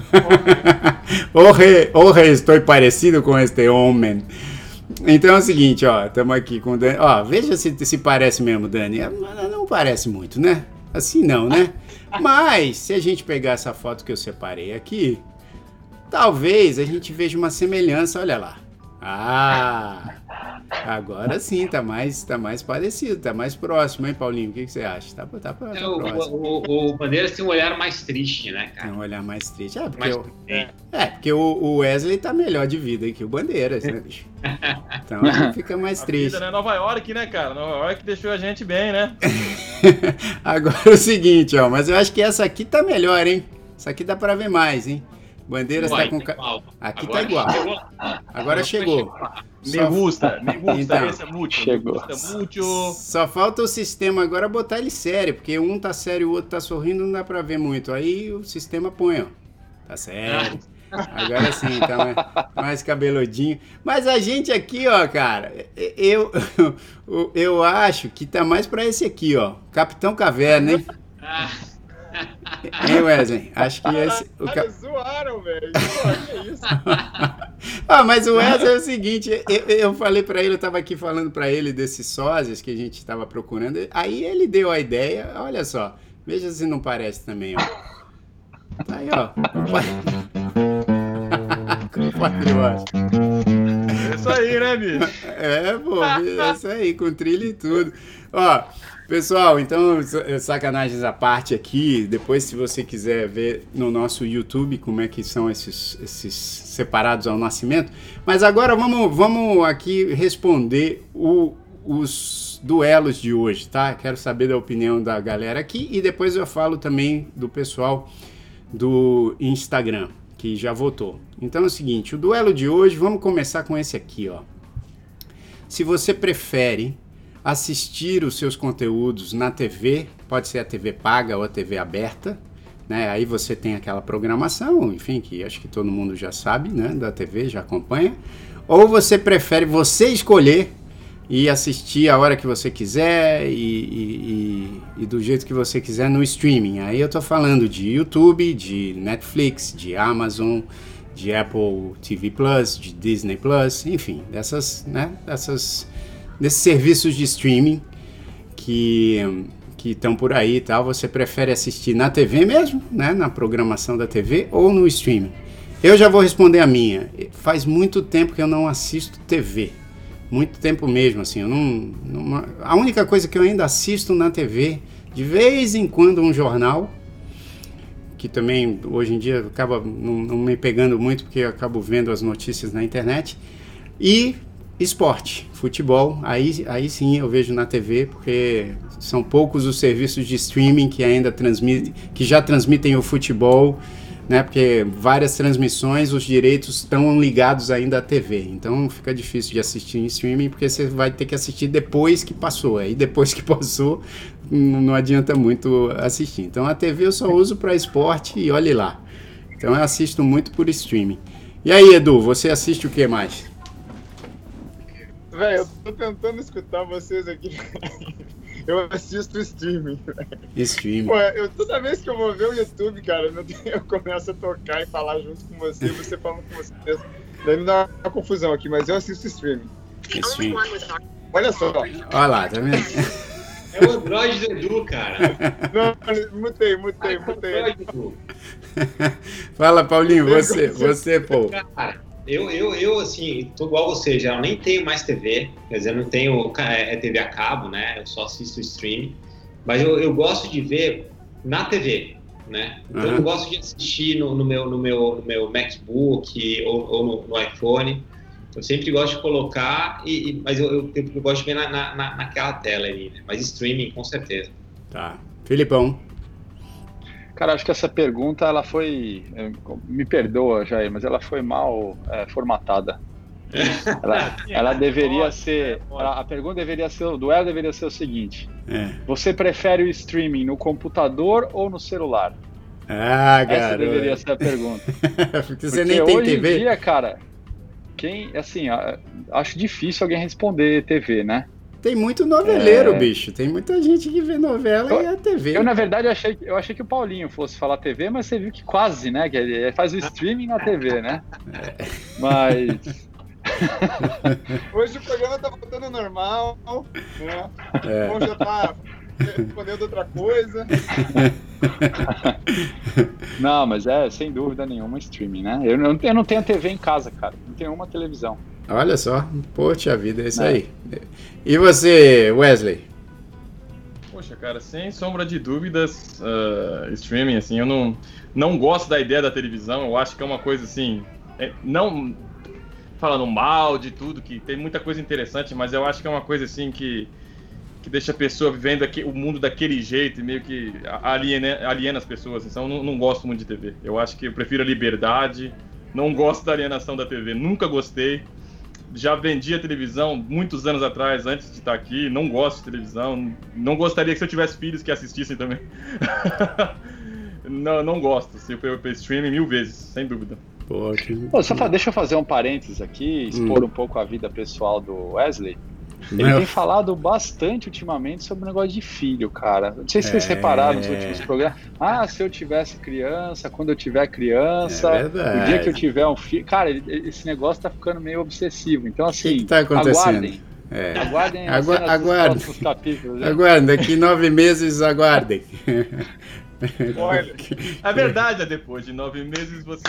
Orre, orre, estou parecido com este homem. Então é o seguinte, ó, estamos aqui com o Dani. Ó, veja se, se parece mesmo, Dani. Não parece muito, né? Assim não, né? Mas, se a gente pegar essa foto que eu separei aqui, talvez a gente veja uma semelhança, olha lá. Ah, agora sim, tá mais, tá mais parecido, tá mais próximo, hein, Paulinho? O que, que você acha? Tá, tá, tá o, próximo. O, o, o Bandeiras tem um olhar mais triste, né, cara? Tem um olhar mais triste. É, porque, mais... o, é, porque o, o Wesley tá melhor de vida aí que o Bandeiras, né, bicho? Então ele fica mais a triste. Vida, né? Nova York, né, cara? Nova York deixou a gente bem, né? Agora é o seguinte, ó, mas eu acho que essa aqui tá melhor, hein? Essa aqui dá pra ver mais, hein? Bandeiras Uai, tá com... tá igual. Aqui Agora tá igual. chegou. Agora chegou. Me gusta, me gusta, Então, esse é muito. chegou. Me gusta muito. Só falta o sistema agora botar ele sério, porque um tá sério e o outro tá sorrindo, não dá pra ver muito. Aí o sistema põe, ó. Tá sério. Agora sim, tá mais, mais cabeludinho. Mas a gente aqui, ó, cara, eu, eu, eu acho que tá mais pra esse aqui, ó. Capitão Caverna, hein? Hein, Wesley? Acho que esse... O Cara, ca... zoaram, velho. Que isso? Ah, mas o Wesley é o seguinte, eu, eu falei pra ele, eu tava aqui falando pra ele desses sósias que a gente tava procurando, aí ele deu a ideia, olha só, veja se não parece também, ó. Tá aí, ó. É isso aí, né, bicho? É, pô, é isso aí, com trilha e tudo. Ó, pessoal, então, sacanagens à parte aqui, depois se você quiser ver no nosso YouTube como é que são esses, esses separados ao nascimento, mas agora vamos, vamos aqui responder o, os duelos de hoje, tá? Quero saber da opinião da galera aqui e depois eu falo também do pessoal do Instagram, que já votou. Então é o seguinte, o duelo de hoje, vamos começar com esse aqui, ó. Se você prefere assistir os seus conteúdos na T V, pode ser a T V paga ou a T V aberta, né? Aí você tem aquela programação, enfim, que acho que todo mundo já sabe, né? Da T V, já acompanha. Ou você prefere você escolher e assistir a hora que você quiser e, e, e, e do jeito que você quiser no streaming. Aí eu tô falando de YouTube, de Netflix, de Amazon, de Apple T V Plus, de Disney Plus, enfim, dessas, né? Dessas... desses serviços de streaming que que estão por aí e tal, você prefere assistir na T V mesmo, né, na programação da T V ou no streaming? Eu já vou responder a minha. Faz muito tempo que eu não assisto T V, muito tempo mesmo, assim, eu não, não, a única coisa que eu ainda assisto na T V, de vez em quando um jornal, que também hoje em dia acaba não, não me pegando muito, porque eu acabo vendo as notícias na internet, e esporte, futebol, aí, aí sim eu vejo na T V, porque são poucos os serviços de streaming que ainda transmitem, que já transmitem o futebol, né? Porque várias transmissões, os direitos estão ligados ainda à T V, então fica difícil de assistir em streaming, porque você vai ter que assistir depois que passou, aí depois que passou não adianta muito assistir. Então a T V eu só uso para esporte e olhe lá. Então eu assisto muito por streaming. E aí, Edu, você assiste o que mais? Velho, eu tô tentando escutar vocês aqui. Eu assisto streaming. Streaming. Pô, eu, toda vez que eu vou ver o YouTube, cara, eu começo a tocar e falar junto com você, e você falando com vocês. Daí me dá uma confusão aqui, mas eu assisto streaming. Streaming. Olha só. Olha lá, tá vendo? É o Android do Edu, cara. Não, mutei, mutei, mutei. Fala, Paulinho, você, você, pô. Cara, eu, eu, eu, assim, tô igual você, já nem tenho mais T V, quer dizer, eu não tenho é, T V a cabo, né? Eu só assisto streaming, mas eu, eu gosto de ver na T V, né? Então uhum. eu gosto de assistir no, no, meu, no, meu, no meu MacBook ou, ou no, no iPhone. Eu sempre gosto de colocar, e, e, mas eu, eu, eu gosto de ver na, na, naquela tela ali, né? Mas streaming, com certeza. Tá. Filipão. Cara, acho que essa pergunta, ela foi, me perdoa, Jair, mas ela foi mal é, formatada. Ela, ela deveria ser. Ela, a pergunta deveria ser. O duelo deveria ser o seguinte: é. Você prefere o streaming no computador ou no celular? Ah, garoto. Essa deveria ser a pergunta. Porque você Porque nem tem hoje T V? Hoje em dia, cara, quem, assim, acho difícil alguém responder T V, né? Tem muito noveleiro, é... bicho. Tem muita gente que vê novela eu, e a T V. Eu, na verdade, eu achei, eu achei que o Paulinho fosse falar T V, mas você viu que quase, né? Que ele faz o streaming na T V, né? É. Mas... Hoje o programa tá voltando normal, né? É. Bom, já tá respondendo outra coisa. Não, mas é, sem dúvida nenhuma, streaming, né? Eu não, eu não tenho T V em casa, cara. Não tenho uma televisão. Olha só, poxa vida, é isso é. aí. E você, Wesley? Poxa, cara, sem sombra de dúvidas, uh, streaming, assim, eu não, não gosto da ideia da televisão, eu acho que é uma coisa, assim, é, não falando mal de tudo, que tem muita coisa interessante, mas eu acho que é uma coisa, assim, que, que deixa a pessoa vivendo aqui, o mundo daquele jeito e meio que aliena, aliena as pessoas, então eu não, não gosto muito de T V. Eu acho que eu prefiro a liberdade, não gosto da alienação da T V, nunca gostei. Já vendi a televisão muitos anos atrás, antes de estar aqui. Não gosto de televisão. Não gostaria que se eu tivesse filhos que assistissem também. não, não gosto. Se eu para streaming mil vezes, sem dúvida. Pô, que... Pô, só deixa eu fazer um parênteses aqui, expor hum. um pouco a vida pessoal do Wesley. Ele Meu... tem falado bastante ultimamente sobre o negócio de filho, cara. Não sei se vocês é... repararam nos últimos programas. Ah, se eu tivesse criança, quando eu tiver criança, é o dia que eu tiver um filho. Cara, ele, esse negócio tá ficando meio obsessivo. Então, assim, o que tá acontecendo? Aguardem. É. Aguardem Agu as aguardem. Dos capítulos. Né? Aguardem, daqui nove meses aguardem. Olha, a verdade é depois de nove meses você...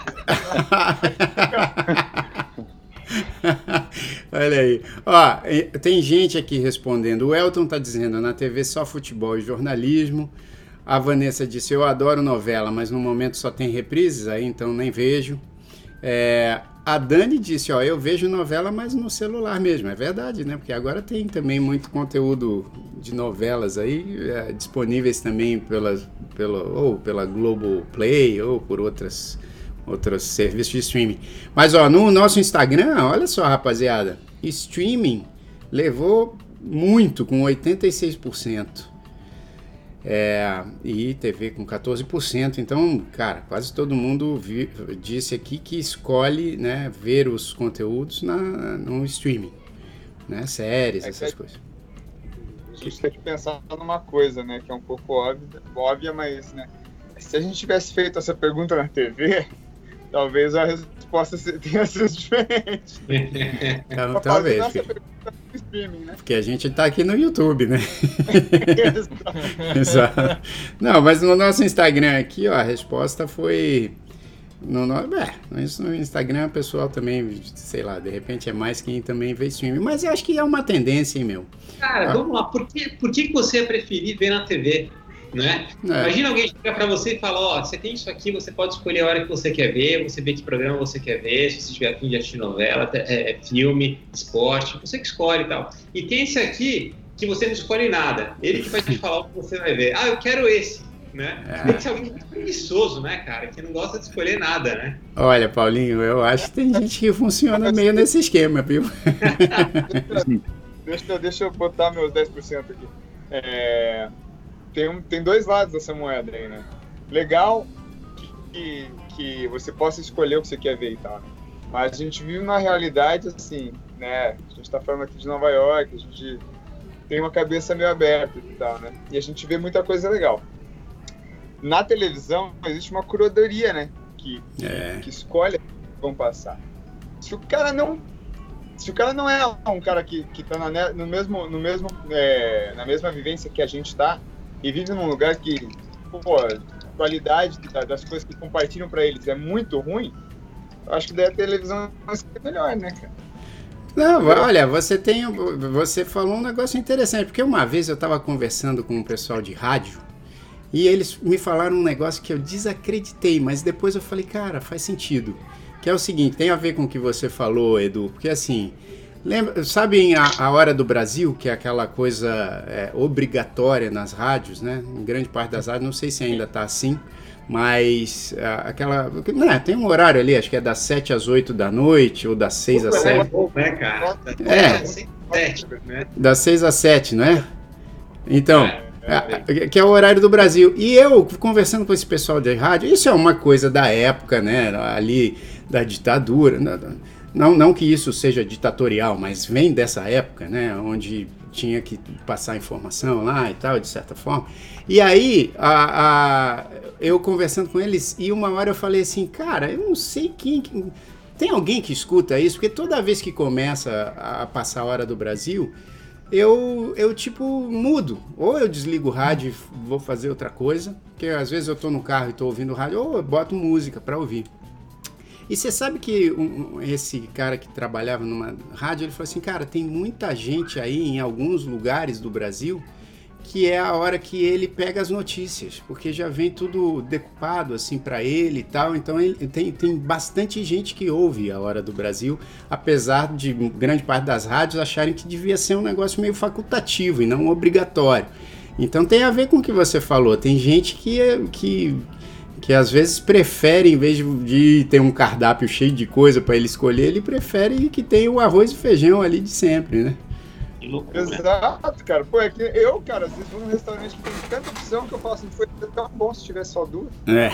Olha aí. Ó, tem gente aqui respondendo. O Elton tá dizendo, na T V só futebol e jornalismo. A Vanessa disse, eu adoro novela, mas no momento só tem reprises, aí então nem vejo. É, a Dani disse, ó, eu vejo novela, mas no celular mesmo. É verdade, né? Porque agora tem também muito conteúdo de novelas aí, é, disponíveis também pela, pela, ou pela Globoplay ou por outras... outros serviços de streaming. Mas, ó, no nosso Instagram, olha só, rapaziada, streaming levou muito, com oitenta e seis por cento. É, e T V com quatorze por cento. Então, cara, quase todo mundo vi, disse aqui que escolhe, né, ver os conteúdos na, no streaming. Né, séries, é essas que, coisas. A gente tem que pensar numa coisa, né, que é um pouco óbvia, óbvia, mas, né, se a gente tivesse feito essa pergunta na T V... talvez a resposta tenha sido diferente. Então, talvez. Streaming, né? Porque a gente tá aqui no YouTube, né? Exato. Não, mas no nosso Instagram aqui, ó, a resposta foi... No, no, é, no Instagram o pessoal também, sei lá, de repente é mais quem também vê streaming. Mas eu acho que é uma tendência, hein, meu? Cara, ah. vamos lá. Por que, por que você ia preferir ver na T V? Né? É. Imagina alguém chegar para você e falar, ó, oh, você tem isso aqui, você pode escolher a hora que você quer ver, você vê que programa você quer ver, se você tiver a fim de assistir novela, é, é, filme, esporte, você que escolhe e tal. E tem esse aqui que você não escolhe nada, ele que vai te falar o que você vai ver. Ah, eu quero esse, né? É. Tem que ser alguém muito preguiçoso, né, cara, que não gosta de escolher nada, né? Olha, Paulinho, eu acho que tem gente que funciona meio nesse esquema, viu? deixa, deixa eu botar meus dez por cento aqui. É... Tem, um, tem dois lados dessa moeda aí, né? Legal que, que você possa escolher o que você quer ver e tal, né? Mas a gente vive uma realidade assim, né? A gente tá falando aqui de Nova York, a gente tem uma cabeça meio aberta e tal, né? E a gente vê muita coisa legal. Na televisão existe uma curadoria, né? Que, é. que escolhe o que vão passar. Se o cara não... Se o cara não é um cara que, que tá na, no mesmo, no mesmo, é, na mesma vivência que a gente tá, e vive num lugar que, pô, a qualidade das coisas que compartilham para eles é muito ruim, eu acho que daí a televisão é melhor, né, cara? Não, olha, você tem, você falou um negócio interessante, porque uma vez eu estava conversando com um pessoal de rádio e eles me falaram um negócio que eu desacreditei, mas depois eu falei, cara, faz sentido. Que é o seguinte, tem a ver com o que você falou, Edu, porque assim... Lembra, sabem a, a Hora do Brasil, que é aquela coisa é, obrigatória nas rádios, né? Em grande parte das rádios, não sei se ainda está assim, Mas ah, aquela. Né, tem um horário ali, acho que é das sete às oito da noite, ou das seis às É sete. bom, né, cara? É. sete, né? Das seis às sete, não é? Então, é, que é o horário do Brasil. E eu, conversando com esse pessoal de rádio, isso é uma coisa da época, né? Ali, da ditadura. Não, não que isso seja ditatorial, mas vem dessa época, né? Onde tinha que passar informação lá e tal, de certa forma. E aí, a, a, eu conversando com eles, e uma hora eu falei assim, cara, eu não sei quem... Tem alguém que escuta isso? Porque toda vez que começa a passar a hora do Brasil, eu, eu tipo, mudo. Ou eu desligo o rádio e vou fazer outra coisa, porque às vezes eu tô no carro e tô ouvindo rádio, ou eu boto música para ouvir. E você sabe que um, esse cara que trabalhava numa rádio, ele falou assim, cara, tem muita gente aí em alguns lugares do Brasil que é a hora que ele pega as notícias, porque já vem tudo decupado assim para ele e tal, então ele, tem, tem bastante gente que ouve a Hora do Brasil, apesar de grande parte das rádios acharem que devia ser um negócio meio facultativo e não obrigatório. Então tem a ver com o que você falou, tem gente que, que, que às vezes prefere, em vez de ter um cardápio cheio de coisa para ele escolher, ele prefere que tenha o arroz e feijão ali de sempre, né? Exato, cara. Pô, é que eu, cara, às vezes vou num restaurante que tem tanta opção que eu falo assim, foi tão bom se tivesse só duas. É.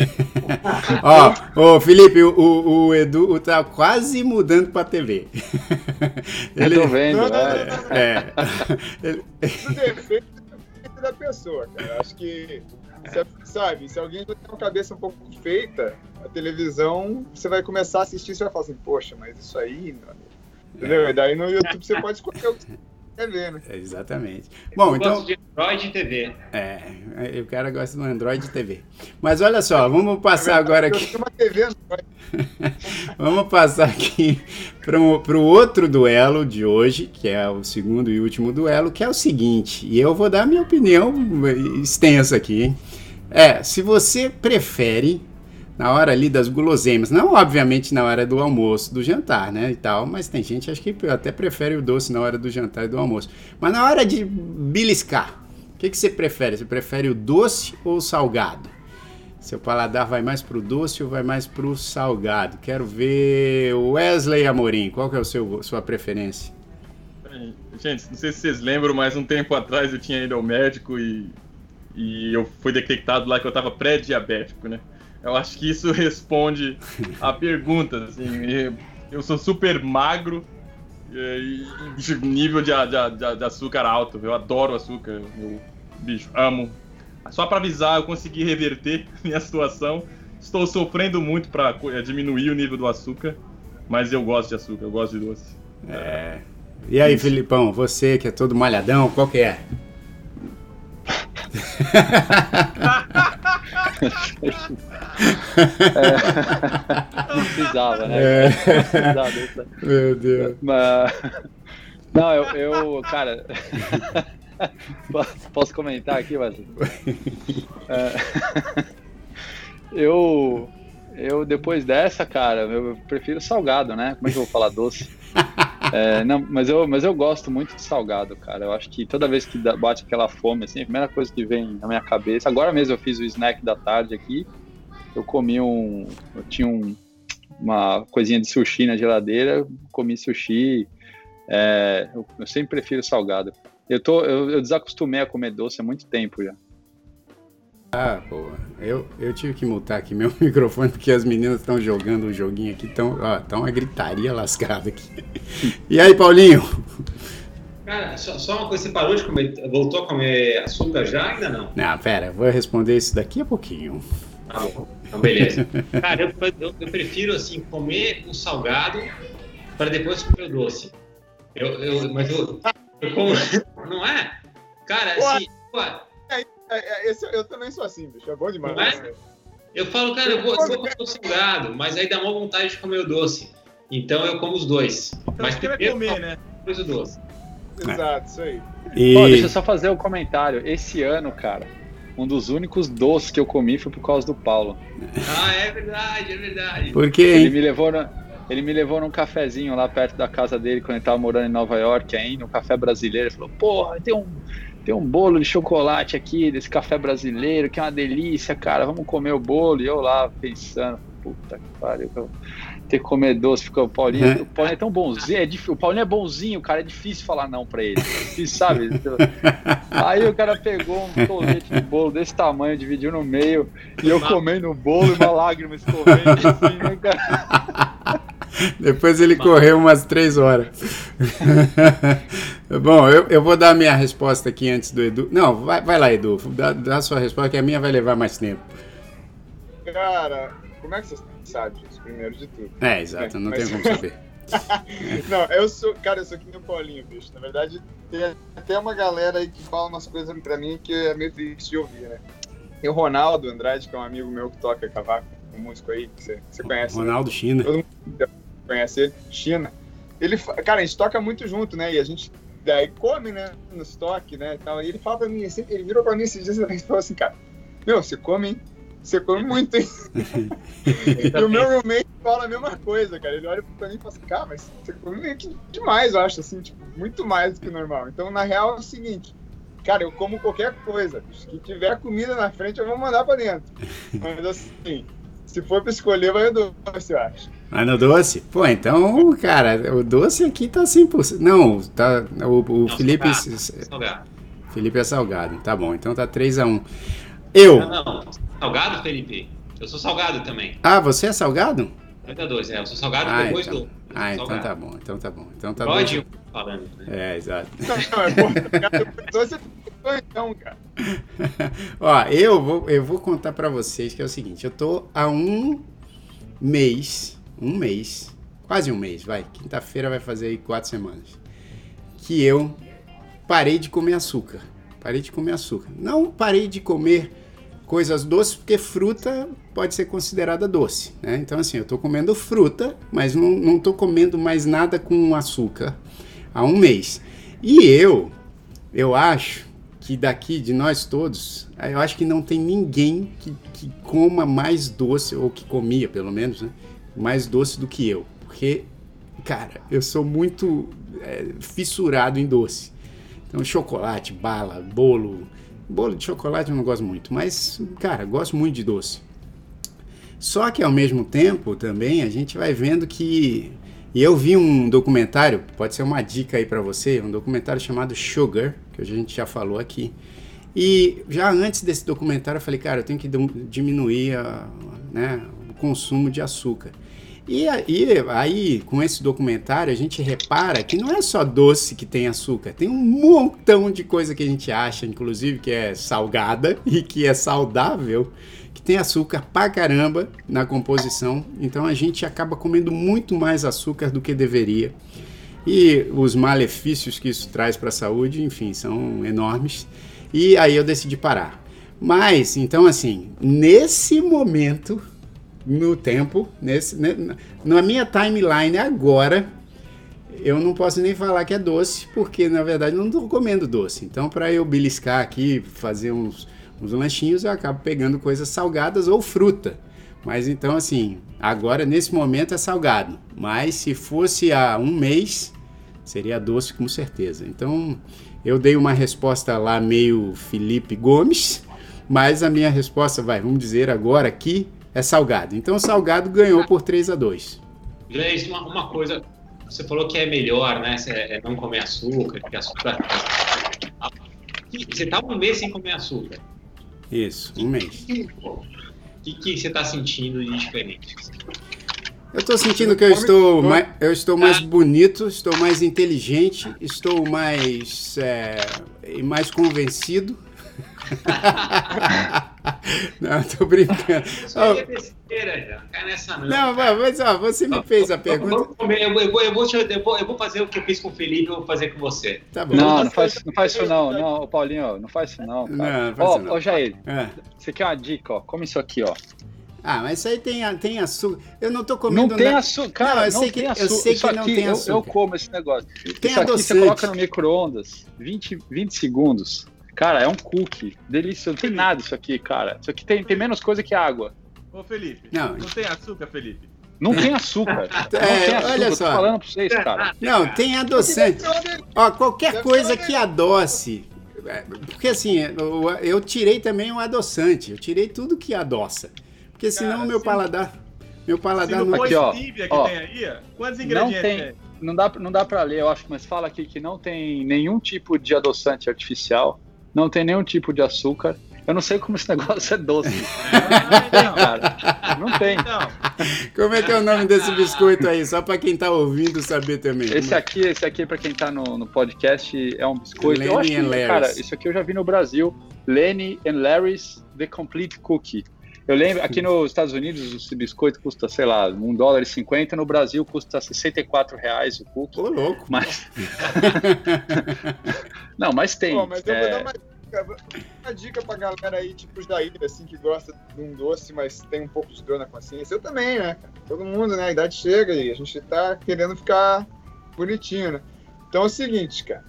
Ó, ô Felipe, o, o, o Edu tá quase mudando pra T V. Ele... Eu tô vendo, não, não, é. não, não, não. É. Ele... Isso defeito da pessoa, cara. Acho que, se, sabe, se alguém já tem uma cabeça um pouco feita, a televisão, você vai começar a assistir e você vai falar assim, poxa, mas isso aí, meu amigo. Entendeu? E daí no YouTube você pode escolher o que você quer ver, né? É, exatamente. Bom, eu então... gosto de Android T V. É, o cara gosta do Android T V. Mas olha só, vamos passar agora aqui... Eu tenho uma T V Android. Vamos passar aqui para o outro duelo de hoje, que é o segundo e último duelo, que é o seguinte, e eu vou dar minha opinião extensa aqui, hein? É, se você prefere... na hora ali das guloseimas, não obviamente na hora do almoço, do jantar, né, e tal, mas tem gente acho que até prefere o doce na hora do jantar e do almoço. Mas na hora de beliscar, o que, que você prefere? Você prefere o doce ou o salgado? Seu paladar vai mais pro doce ou vai mais pro salgado? Quero ver o Wesley Amorim, qual que é o seu, sua preferência? Gente, não sei se vocês lembram, mas um tempo atrás eu tinha ido ao médico e, e eu fui detectado lá que eu estava pré-diabético, né? Eu acho que isso responde a pergunta, assim, eu sou super magro e, e nível de, de, de açúcar alto, eu adoro açúcar, eu, bicho, amo. Só para avisar, eu consegui reverter minha situação, estou sofrendo muito para diminuir o nível do açúcar, mas eu gosto de açúcar, eu gosto de doce. É. E aí, isso. Filipão, você que é todo malhadão, qual que é? É, não precisava, né? É. Não precisava dessa. Meu Deus. Mas, não, eu, eu cara, posso comentar aqui, mas é, eu, eu depois dessa, cara, eu prefiro salgado, né? Como é que eu vou falar doce? É, não, mas eu, mas eu gosto muito de salgado, cara. Eu acho que toda vez que bate aquela fome, assim, a primeira coisa que vem na minha cabeça. Agora mesmo eu fiz o snack da tarde aqui. Eu comi um. Eu tinha um, uma coisinha de sushi na geladeira. Comi sushi. É, eu, eu sempre prefiro salgado. Eu, tô, eu, eu desacostumei a comer doce há muito tempo já. Ah, pô, eu, eu tive que mutar aqui meu microfone porque as meninas estão jogando um joguinho aqui, estão tá uma gritaria lascada aqui. E aí, Paulinho? Cara, só, só uma coisa, você parou de comer, voltou a comer açúcar já ainda não? Não, pera, vou responder isso daqui a pouquinho. Tá bom, então beleza. Cara, eu, eu, eu prefiro, assim, comer o salgado para depois comer o doce. Eu, eu, mas eu, eu como, não é? Cara, assim, pô, É, esse, eu também sou assim, bicho. É bom demais. É? Eu falo, cara, eu vou, eu vou comer o salgado, mas aí dá uma vontade de comer o doce. Então eu como os dois. Então mas você vai comer, né? Depois o doce. Exato, isso aí. E... Pô, deixa eu só fazer um comentário. Esse ano, cara, um dos únicos doces que eu comi foi por causa do Paulo. Ah, é verdade, é verdade. Por quê, Ele hein? me levou na, ele me levou num cafezinho lá perto da casa dele quando ele tava morando em Nova York ainda, um café brasileiro. Ele falou, porra, tem um... tem um bolo de chocolate aqui, desse café brasileiro, que é uma delícia, cara, vamos comer o bolo. E eu lá pensando, puta que pariu, eu ter que comer doce, porque o Paulinho, é. o Paulinho é tão bonzinho, é difícil, o Paulinho é bonzinho, cara, é difícil falar não pra ele, é difícil, sabe? Aí o cara pegou um tolete de bolo desse tamanho, dividiu no meio, e eu comendo o bolo e uma lágrima escorrendo assim, né, cara? Depois ele correu umas três horas. Bom, eu, eu vou dar a minha resposta aqui antes do Edu. Não, vai, vai lá, Edu, dá, dá a sua resposta, que a minha vai levar mais tempo. Cara, como é que você sabe disso, primeiro de tudo? É, exato, não Mas... tem como saber. Não, eu sou, cara, eu sou que nem o Paulinho, bicho. Na verdade, tem até uma galera aí que fala umas coisas pra mim que é meio triste de ouvir, né? Tem o Ronaldo Andrade, que é um amigo meu que toca cavaco, um músico aí, que você, você conhece. Ronaldo, né? China. Todo mundo conhece ele, China. Ele, cara, a gente toca muito junto, né? E a gente daí come, né, no estoque, né, e tal. E ele fala pra mim, assim, ele virou pra mim esses dias e falou assim, cara, meu, você come, hein? Você come muito, hein? E o meu roommate fala a mesma coisa, cara. Ele olha pra mim e fala assim, cara, mas você come meio que demais, eu acho, assim, tipo, muito mais do que o normal. Então, na real, é o seguinte, cara, eu como qualquer coisa. Se tiver comida na frente, eu vou mandar pra dentro. Mas, assim, se for pra escolher, vai no doce, eu acho. Vai no doce? Pô, então, cara, o doce aqui tá cem por cento. Não, tá, o, o não, Felipe... Salgado, salgado. Felipe é salgado, tá bom, então tá três a um. Eu... Não, não, salgado, Felipe? Eu sou salgado também. Ah, você é salgado? oitenta e dois, é, eu sou salgado ah, depois então. do... Ah, então salgado. tá bom, então tá bom. Então tá Pode bom. falando, né? É, exato. Não, é bom, você então, cara. Ó, eu vou, eu vou contar pra vocês que é o seguinte, eu tô há um mês, um mês, quase um mês, vai, quinta-feira vai fazer aí quatro semanas, que eu parei de comer açúcar, parei de comer açúcar. Não parei de comer coisas doces, porque fruta pode ser considerada doce, né? Então, assim, eu tô comendo fruta, mas não, não tô comendo mais nada com açúcar há um mês. E eu, eu acho que daqui de nós todos, eu acho que não tem ninguém que, que coma mais doce, ou que comia, pelo menos, né? Mais doce do que eu. Porque, cara, eu sou muito é, fissurado em doce. Então, chocolate, bala, bolo... Bolo de chocolate eu não gosto muito, mas, cara, gosto muito de doce. Só que, ao mesmo tempo, também, a gente vai vendo que... E eu vi um documentário, pode ser uma dica aí pra você, um documentário chamado Sugar, que a gente já falou aqui. E já antes desse documentário eu falei, cara, eu tenho que diminuir a, né, o consumo de açúcar. E aí, aí, com esse documentário, a gente repara que não é só doce que tem açúcar, tem um montão de coisa que a gente acha, inclusive, que é salgada e que é saudável, que tem açúcar pra caramba na composição. Então a gente acaba comendo muito mais açúcar do que deveria. E os malefícios que isso traz para a saúde, enfim, são enormes. E aí eu decidi parar. Mas, então assim, nesse momento... no tempo, nesse, né, na minha timeline agora, eu não posso nem falar que é doce, porque na verdade não estou comendo doce. Então, para eu beliscar aqui, fazer uns, uns lanchinhos, eu acabo pegando coisas salgadas ou fruta. Mas então, assim, agora nesse momento é salgado. Mas se fosse há um mês, seria doce com certeza. Então, eu dei uma resposta lá meio Felipe Gomes, mas a minha resposta, vai, vamos dizer agora aqui, é salgado. Então o salgado ganhou por três a dois. Gleice, uma, uma coisa, você falou que é melhor, né? É não comer açúcar, que açúcar. Você tá um mês sem comer açúcar. Isso, um mês. O que, que você tá sentindo de diferente? Eu estou sentindo que eu estou mais, eu estou mais bonito, estou mais inteligente, estou mais, é, mais convencido. Não, tô brincando. Isso aí é besteira, já. Não cai nessa não. Não, mas ó, você me fez a pergunta. Eu vou, eu, vou, eu, vou, eu, vou, eu vou fazer o que eu fiz com o Felipe, eu vou fazer com você. Tá bom. Não, não faz, não faz isso não, não, Paulinho, não faz isso não. Cara. Não, não faz ó, isso não. Ó, Jair, é. Você quer uma dica, ó? Come isso aqui, ó. Ah, mas isso aí tem, tem açúcar. Eu não tô comendo Não tem nada. açúcar, cara, não, eu não sei tem que, açúcar. Eu sei isso que não aqui, tem eu, açúcar. eu como esse negócio. Tem isso aqui adoçante. você coloca no micro-ondas, vinte, vinte segundos. Cara, é um cookie. Delícia. Não tem nada isso aqui, cara. Isso aqui tem, tem menos coisa que água. Ô, Felipe, Não. não tem açúcar, Felipe? Não tem açúcar. Não É, tem açúcar. olha Eu tô só. falando pra vocês, cara. Não, tem adoçante. Ó, qualquer coisa que adoce, Porque assim, eu, eu tirei também o adoçante, eu tirei tudo que adoça. Porque senão o meu se- paladar. Meu paladar Se não não. for Aqui, ó. stevia que Ó. tem aí, quantos Não ingredientes tem, tem? não dá, não dá para ler, eu acho, mas fala aqui que não tem nenhum tipo de adoçante artificial, não tem nenhum tipo de açúcar. Eu não sei como esse negócio é doce. Ah, então. Cara, não tem. Então, Como é que é o nome desse biscoito aí? Só pra quem tá ouvindo saber também. Esse aqui, esse aqui para quem tá no, no podcast, é um biscoito. Lenny eu acho que, and Larry's. cara, isso aqui eu já vi no Brasil. Lenny and Larry's The Complete Cookie. Eu lembro, aqui nos Estados Unidos, esse biscoito custa, sei lá, um dólar e cinquenta. No Brasil custa sessenta e quatro reais o cookie. Ô, louco. Mas... não, mas tem. Pô, mas eu vou é, dar uma dica, uma dica pra galera aí, tipo os daí, assim, que gosta de um doce, mas tem um pouco de dor na consciência. Eu também, né? Todo mundo, né? A idade chega e a gente tá querendo ficar bonitinho, né? Então é o seguinte, cara.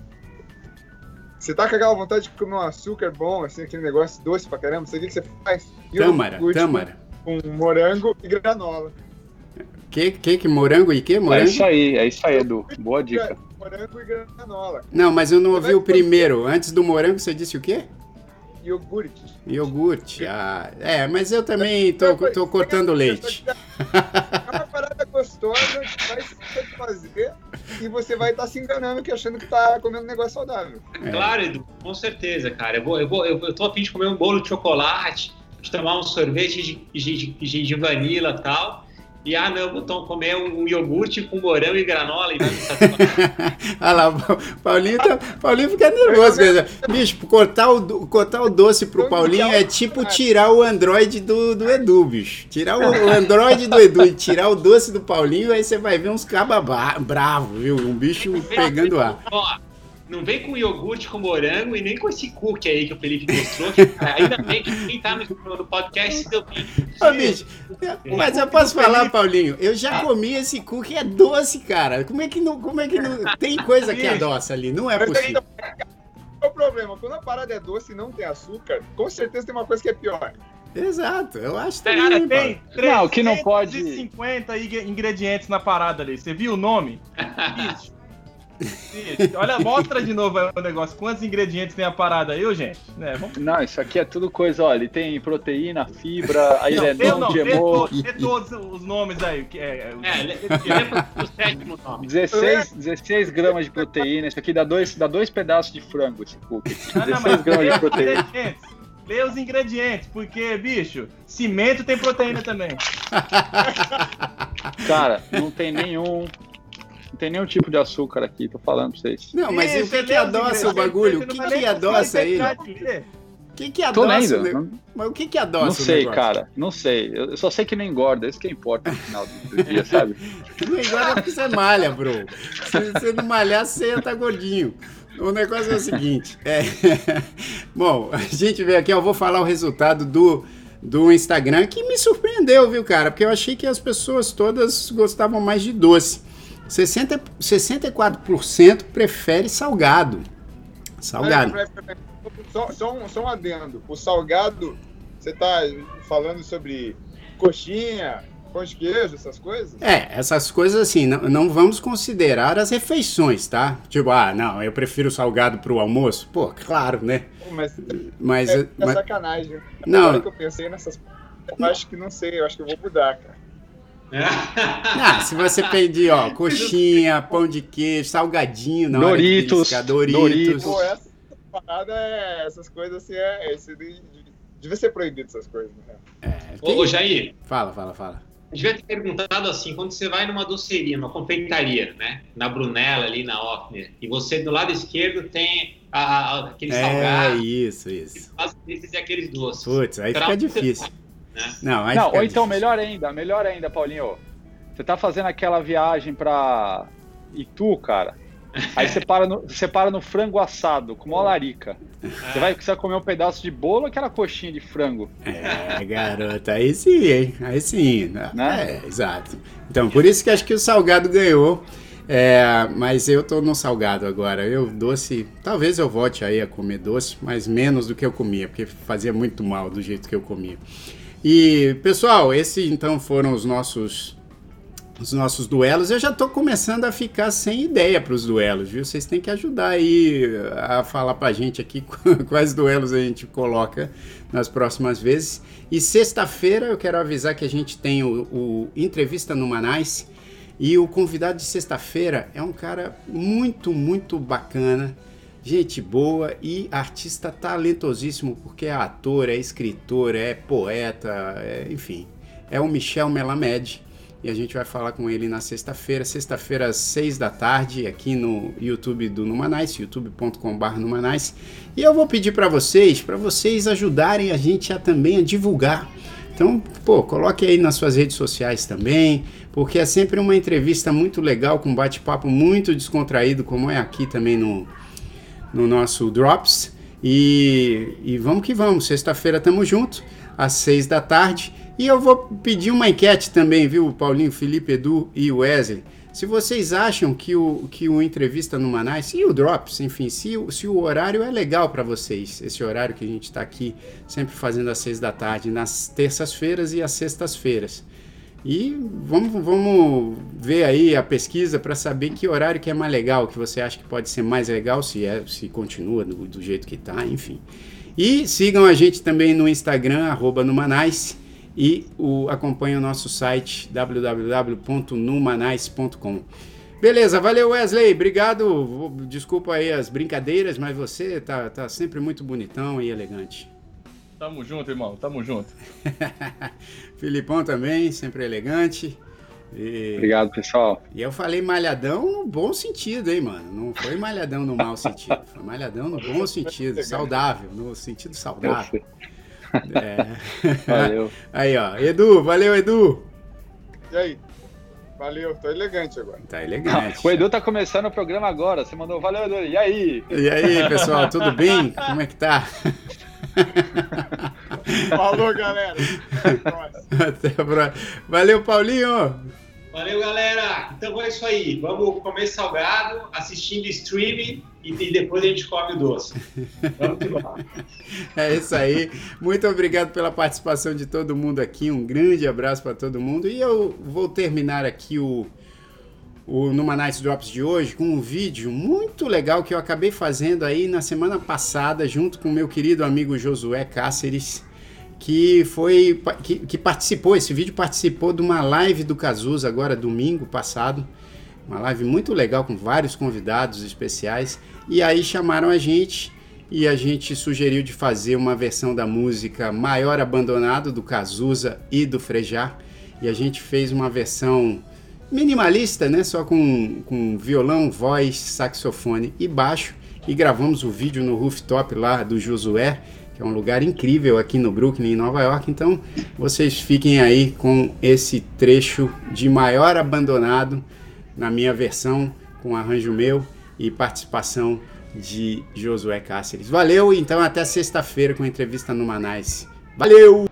Você tá com aquela vontade de comer um açúcar bom, assim, aquele negócio doce pra caramba, você o que que você faz? Tâmara, Iogurte tâmara. Com morango e granola. Que, que, que morango e que? é Morango? isso aí, é isso aí, Edu. Boa dica. Morango e granola. Não, mas eu não Você ouvi vai o primeiro. Antes do morango, você disse o quê? Iogurte. Iogurte. Ah, é, mas eu também tô, tô cortando leite. É uma parada gostosa que vai se fazer e você vai estar se enganando que achando que tá comendo um negócio saudável. É. Claro, Edu, com certeza, cara. Eu, vou, eu, vou, eu, eu tô a fim de comer um bolo de chocolate, de tomar um sorvete de, de, de, de vanila e tal. E, ah, não, eu vou tom- comer um, um iogurte com morango e granola e vai me satisfazer. Olha lá, o Paulinho, tá, Paulinho fica nervoso. Cara. Bicho, cortar o, do- cortar o doce pro Paulinho é tipo tirar o Android do, do Edu, bicho. Tirar o, o Android do Edu e tirar o doce do Paulinho, aí você vai ver uns cabas bravos, viu? Um bicho pegando ar. Ó, não vem com iogurte com morango e nem com esse cookie aí que o Felipe mostrou. Que, cara, ainda bem que quem tá no, no podcast se deu bem. Ô, bicho, mas eu posso falar, Paulinho, eu já comi esse cookie, é doce, cara. Como é que não, como é que não, tem coisa que adoça ali, não é possível. Qual o problema? Quando a parada é doce e não tem açúcar, com certeza tem uma coisa que é pior. Exato, eu acho cara, também, tem Paulo. Não, o que não pode- trezentos e cinquenta ing- ingredientes na parada ali. Você viu o nome? Bicho. Bicho, olha, mostra de novo aí o negócio. Quantos ingredientes tem a parada aí, ô, gente? Né, vamos... Não, isso aqui é tudo coisa, ó, ele tem proteína, fibra, aí ele é Não, não não, G M O, lê todos os nomes aí. que é- é- É, lembra do sétimo nome. dezesseis, dezesseis gramas de proteína, isso aqui dá dois, dá dois pedaços de frango, esse cookie. Ah, não, dezesseis mas gramas lê de os proteína. ingredientes. Lê os ingredientes, porque, bicho, cimento tem proteína também. Cara, não tem nenhum, não tem nenhum tipo de açúcar aqui, tô falando pra vocês. Não, mas e o Você que que lê os adoça o ingredientes, bagulho? O você não que vai que nem adoça conseguir ele? terminar de ler. O que que Tô adoça o lendo, ne- não, Mas o que que adoça não o sei, negócio? cara, não sei. Eu eu só sei que não engorda, isso que importa no final do dia, sabe? Não engorda porque você malha, bro. Se você não malhar, você ia estar gordinho. O negócio é o seguinte. É... Bom, a gente veio aqui, eu vou falar o resultado do, do Instagram, que me surpreendeu, viu, cara? Porque eu achei que as pessoas todas gostavam mais de doce. sessenta, sessenta e quatro por cento prefere salgado. Salgado. Peraí, peraí, peraí. Só, só, um, só um adendo. O salgado, você tá falando sobre coxinha, pão de queijo, essas coisas? É, essas coisas assim, não, não vamos considerar as refeições, tá? Tipo, ah, não, eu prefiro salgado pro almoço. Pô, claro, né? Mas Mas, é, é mas sacanagem. Não. Agora que eu pensei nessas... Eu acho que não sei, eu acho que eu vou mudar, cara. ah, se você pedir, ó, coxinha, pão de queijo, salgadinho, na hora de Doritos, beliscar, Doritos. Doritos. Pô, essa parada é... Essas coisas assim, é... Esse, de- devia ser proibido essas coisas, né? É, Ô, tem- ô, Jair, Fala, fala, fala. devia ter perguntado assim, quando você vai numa doceria, numa confeitaria, né? Na Brunella, ali na Offner, e você do lado esquerdo tem a, a, aquele É, salgado, isso, isso. às vezes é aqueles doces. Putz, aí Será fica que- difícil. Né? Não, aí Não, fica ou então, difícil. melhor ainda, melhor ainda, Paulinho. Você tá fazendo aquela viagem pra Itu, cara. Aí você para no, você para no frango assado, com uma larica. Você vai, você vai comer um pedaço de bolo ou aquela coxinha de frango? É, garota, aí sim, hein? Aí sim, né? Né? É, exato. Então, por isso que acho que o salgado ganhou. É, mas eu tô no salgado agora. Eu, doce, talvez eu volte aí a comer doce, mas menos do que eu comia, porque fazia muito mal do jeito que eu comia. E, pessoal, esses então foram os nossos os nossos duelos. Eu já estou começando a ficar sem ideia para os duelos, viu? Vocês têm que ajudar aí a falar para a gente aqui quais duelos a gente coloca nas próximas vezes. E sexta-feira eu quero avisar que a gente tem o, o Entrevista Numanais, e o convidado de sexta-feira é um cara muito, muito bacana, gente boa e artista talentosíssimo, porque é ator, é escritor, é poeta, é, enfim, é o Michel Melamed. E a gente vai falar com ele na sexta-feira, sexta-feira às seis da tarde, aqui no YouTube do Numanais, youtube ponto com barra Numanais. E eu vou pedir para vocês, para vocês ajudarem a gente a também a divulgar. Então, pô, coloque aí nas suas redes sociais também, porque é sempre uma entrevista muito legal, com um bate-papo muito descontraído, como é aqui também no, no nosso Drops. E, e vamos que vamos, sexta-feira tamo junto, às seis da tarde. E eu vou pedir uma enquete também, viu, Paulinho, Felipe, Edu e Wesley. Se vocês acham que o, que o Entrevista Numanais e o Drops, enfim, se, se o horário é legal para vocês, esse horário que a gente está aqui sempre fazendo às seis da tarde, nas terças-feiras e às sextas-feiras. E vamos, vamos ver aí a pesquisa para saber que horário que é mais legal, que você acha que pode ser mais legal, se, é, se continua do, do jeito que está, enfim. E sigam a gente também no Instagram, arroba Numanais. E o, acompanhe o nosso site w w w ponto numanais ponto com. Beleza, valeu Wesley, obrigado. Desculpa aí as brincadeiras, mas você tá, tá sempre muito bonitão e elegante. Tamo junto, irmão, tamo junto. Filipão também, sempre elegante. E... Obrigado, pessoal. E eu falei malhadão no bom sentido, hein, mano? Não foi malhadão no mau sentido, foi malhadão no bom sentido, saudável, no sentido saudável. É. Valeu. Aí, ó. Edu, valeu, Edu. E aí? Valeu, tô elegante agora. Tá elegante. O Edu tá começando o programa agora. Você mandou, valeu, Edu. E aí? E aí, pessoal, tudo bem? Como é que tá? Falou, galera. Até a próxima. Valeu, Paulinho. Valeu, galera. Então é isso aí. Vamos comer salgado, assistindo streaming e, e depois a gente come o doce. Vamos que vamos. É isso aí. Muito obrigado pela participação de todo mundo aqui. Um grande abraço para todo mundo. E eu vou terminar aqui o, o Numanais Drops de hoje com um vídeo muito legal que eu acabei fazendo aí na semana passada, junto com o meu querido amigo Josué Cáceres, que foi que, que participou, esse vídeo participou de uma live do Cazuza agora domingo passado, uma live muito legal com vários convidados especiais, e aí chamaram a gente e a gente sugeriu de fazer uma versão da música Maior Abandonado do Cazuza e do Frejá, e a gente fez uma versão minimalista, né, só com, com violão, voz, saxofone e baixo, e gravamos o vídeo no rooftop lá do Josué, que é um lugar incrível aqui no Brooklyn, em Nova York. Então, vocês fiquem aí com esse trecho de Maior Abandonado, na minha versão, com arranjo meu e participação de Josué Cáceres. Valeu, então até sexta-feira com a entrevista no Numanais. Valeu!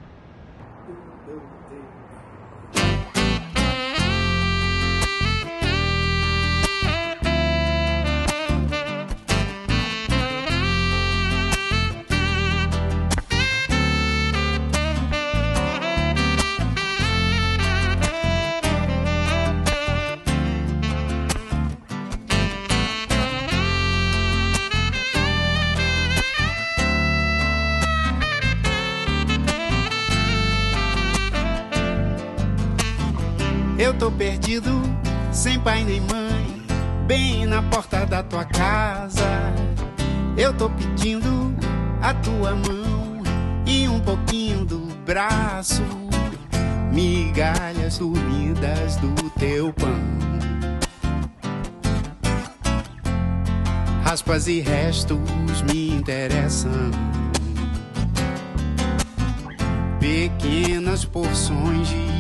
Eu tô perdido, sem pai nem mãe, bem na porta da tua casa. Eu tô pedindo a tua mão e um pouquinho do braço, migalhas sumidas do teu pão, raspas e restos me interessam, pequenas porções de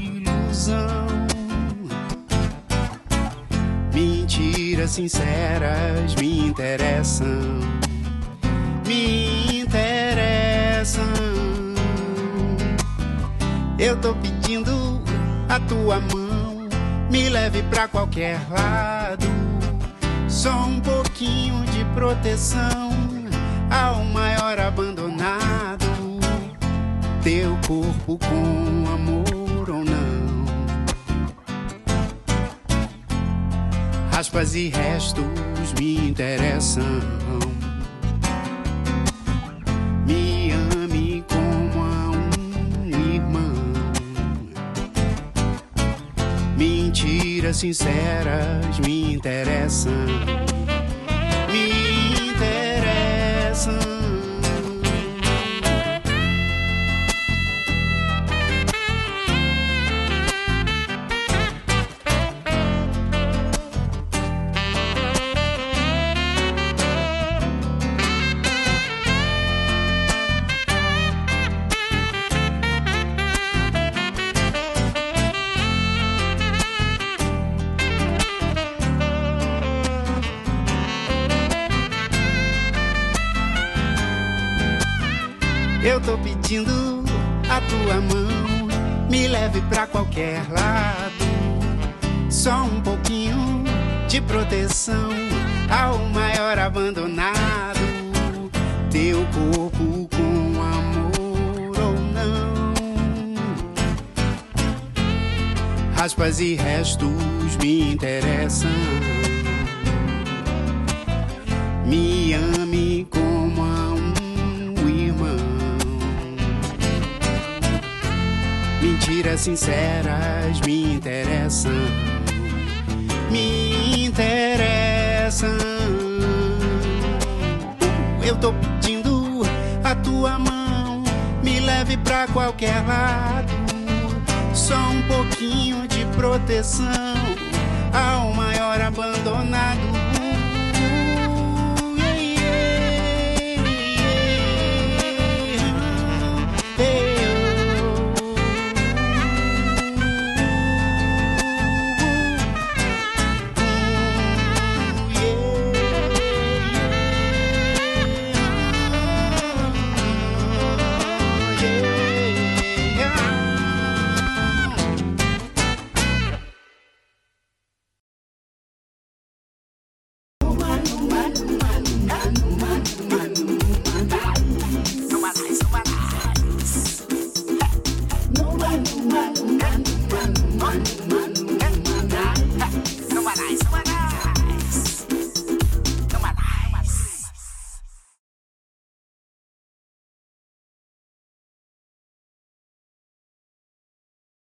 mentiras sinceras me interessam, me interessam. Eu tô pedindo a tua mão, me leve pra qualquer lado, só um pouquinho de proteção ao maior abandonado, teu corpo com amor ou não. Raspas e restos me interessam. Me ame como a um irmão. Mentiras sinceras me interessam. Me interessam. Eu tô pedindo a tua mão, me leve pra qualquer lado. Só um pouquinho de proteção ao maior abandonado. Teu corpo com amor ou não. Raspas e restos me interessam. Me ame como a um irmão. Mentiras sinceras me interessam. Me interessam. Eu tô pedindo a tua mão, me leve pra qualquer lado. Só um pouquinho de proteção ao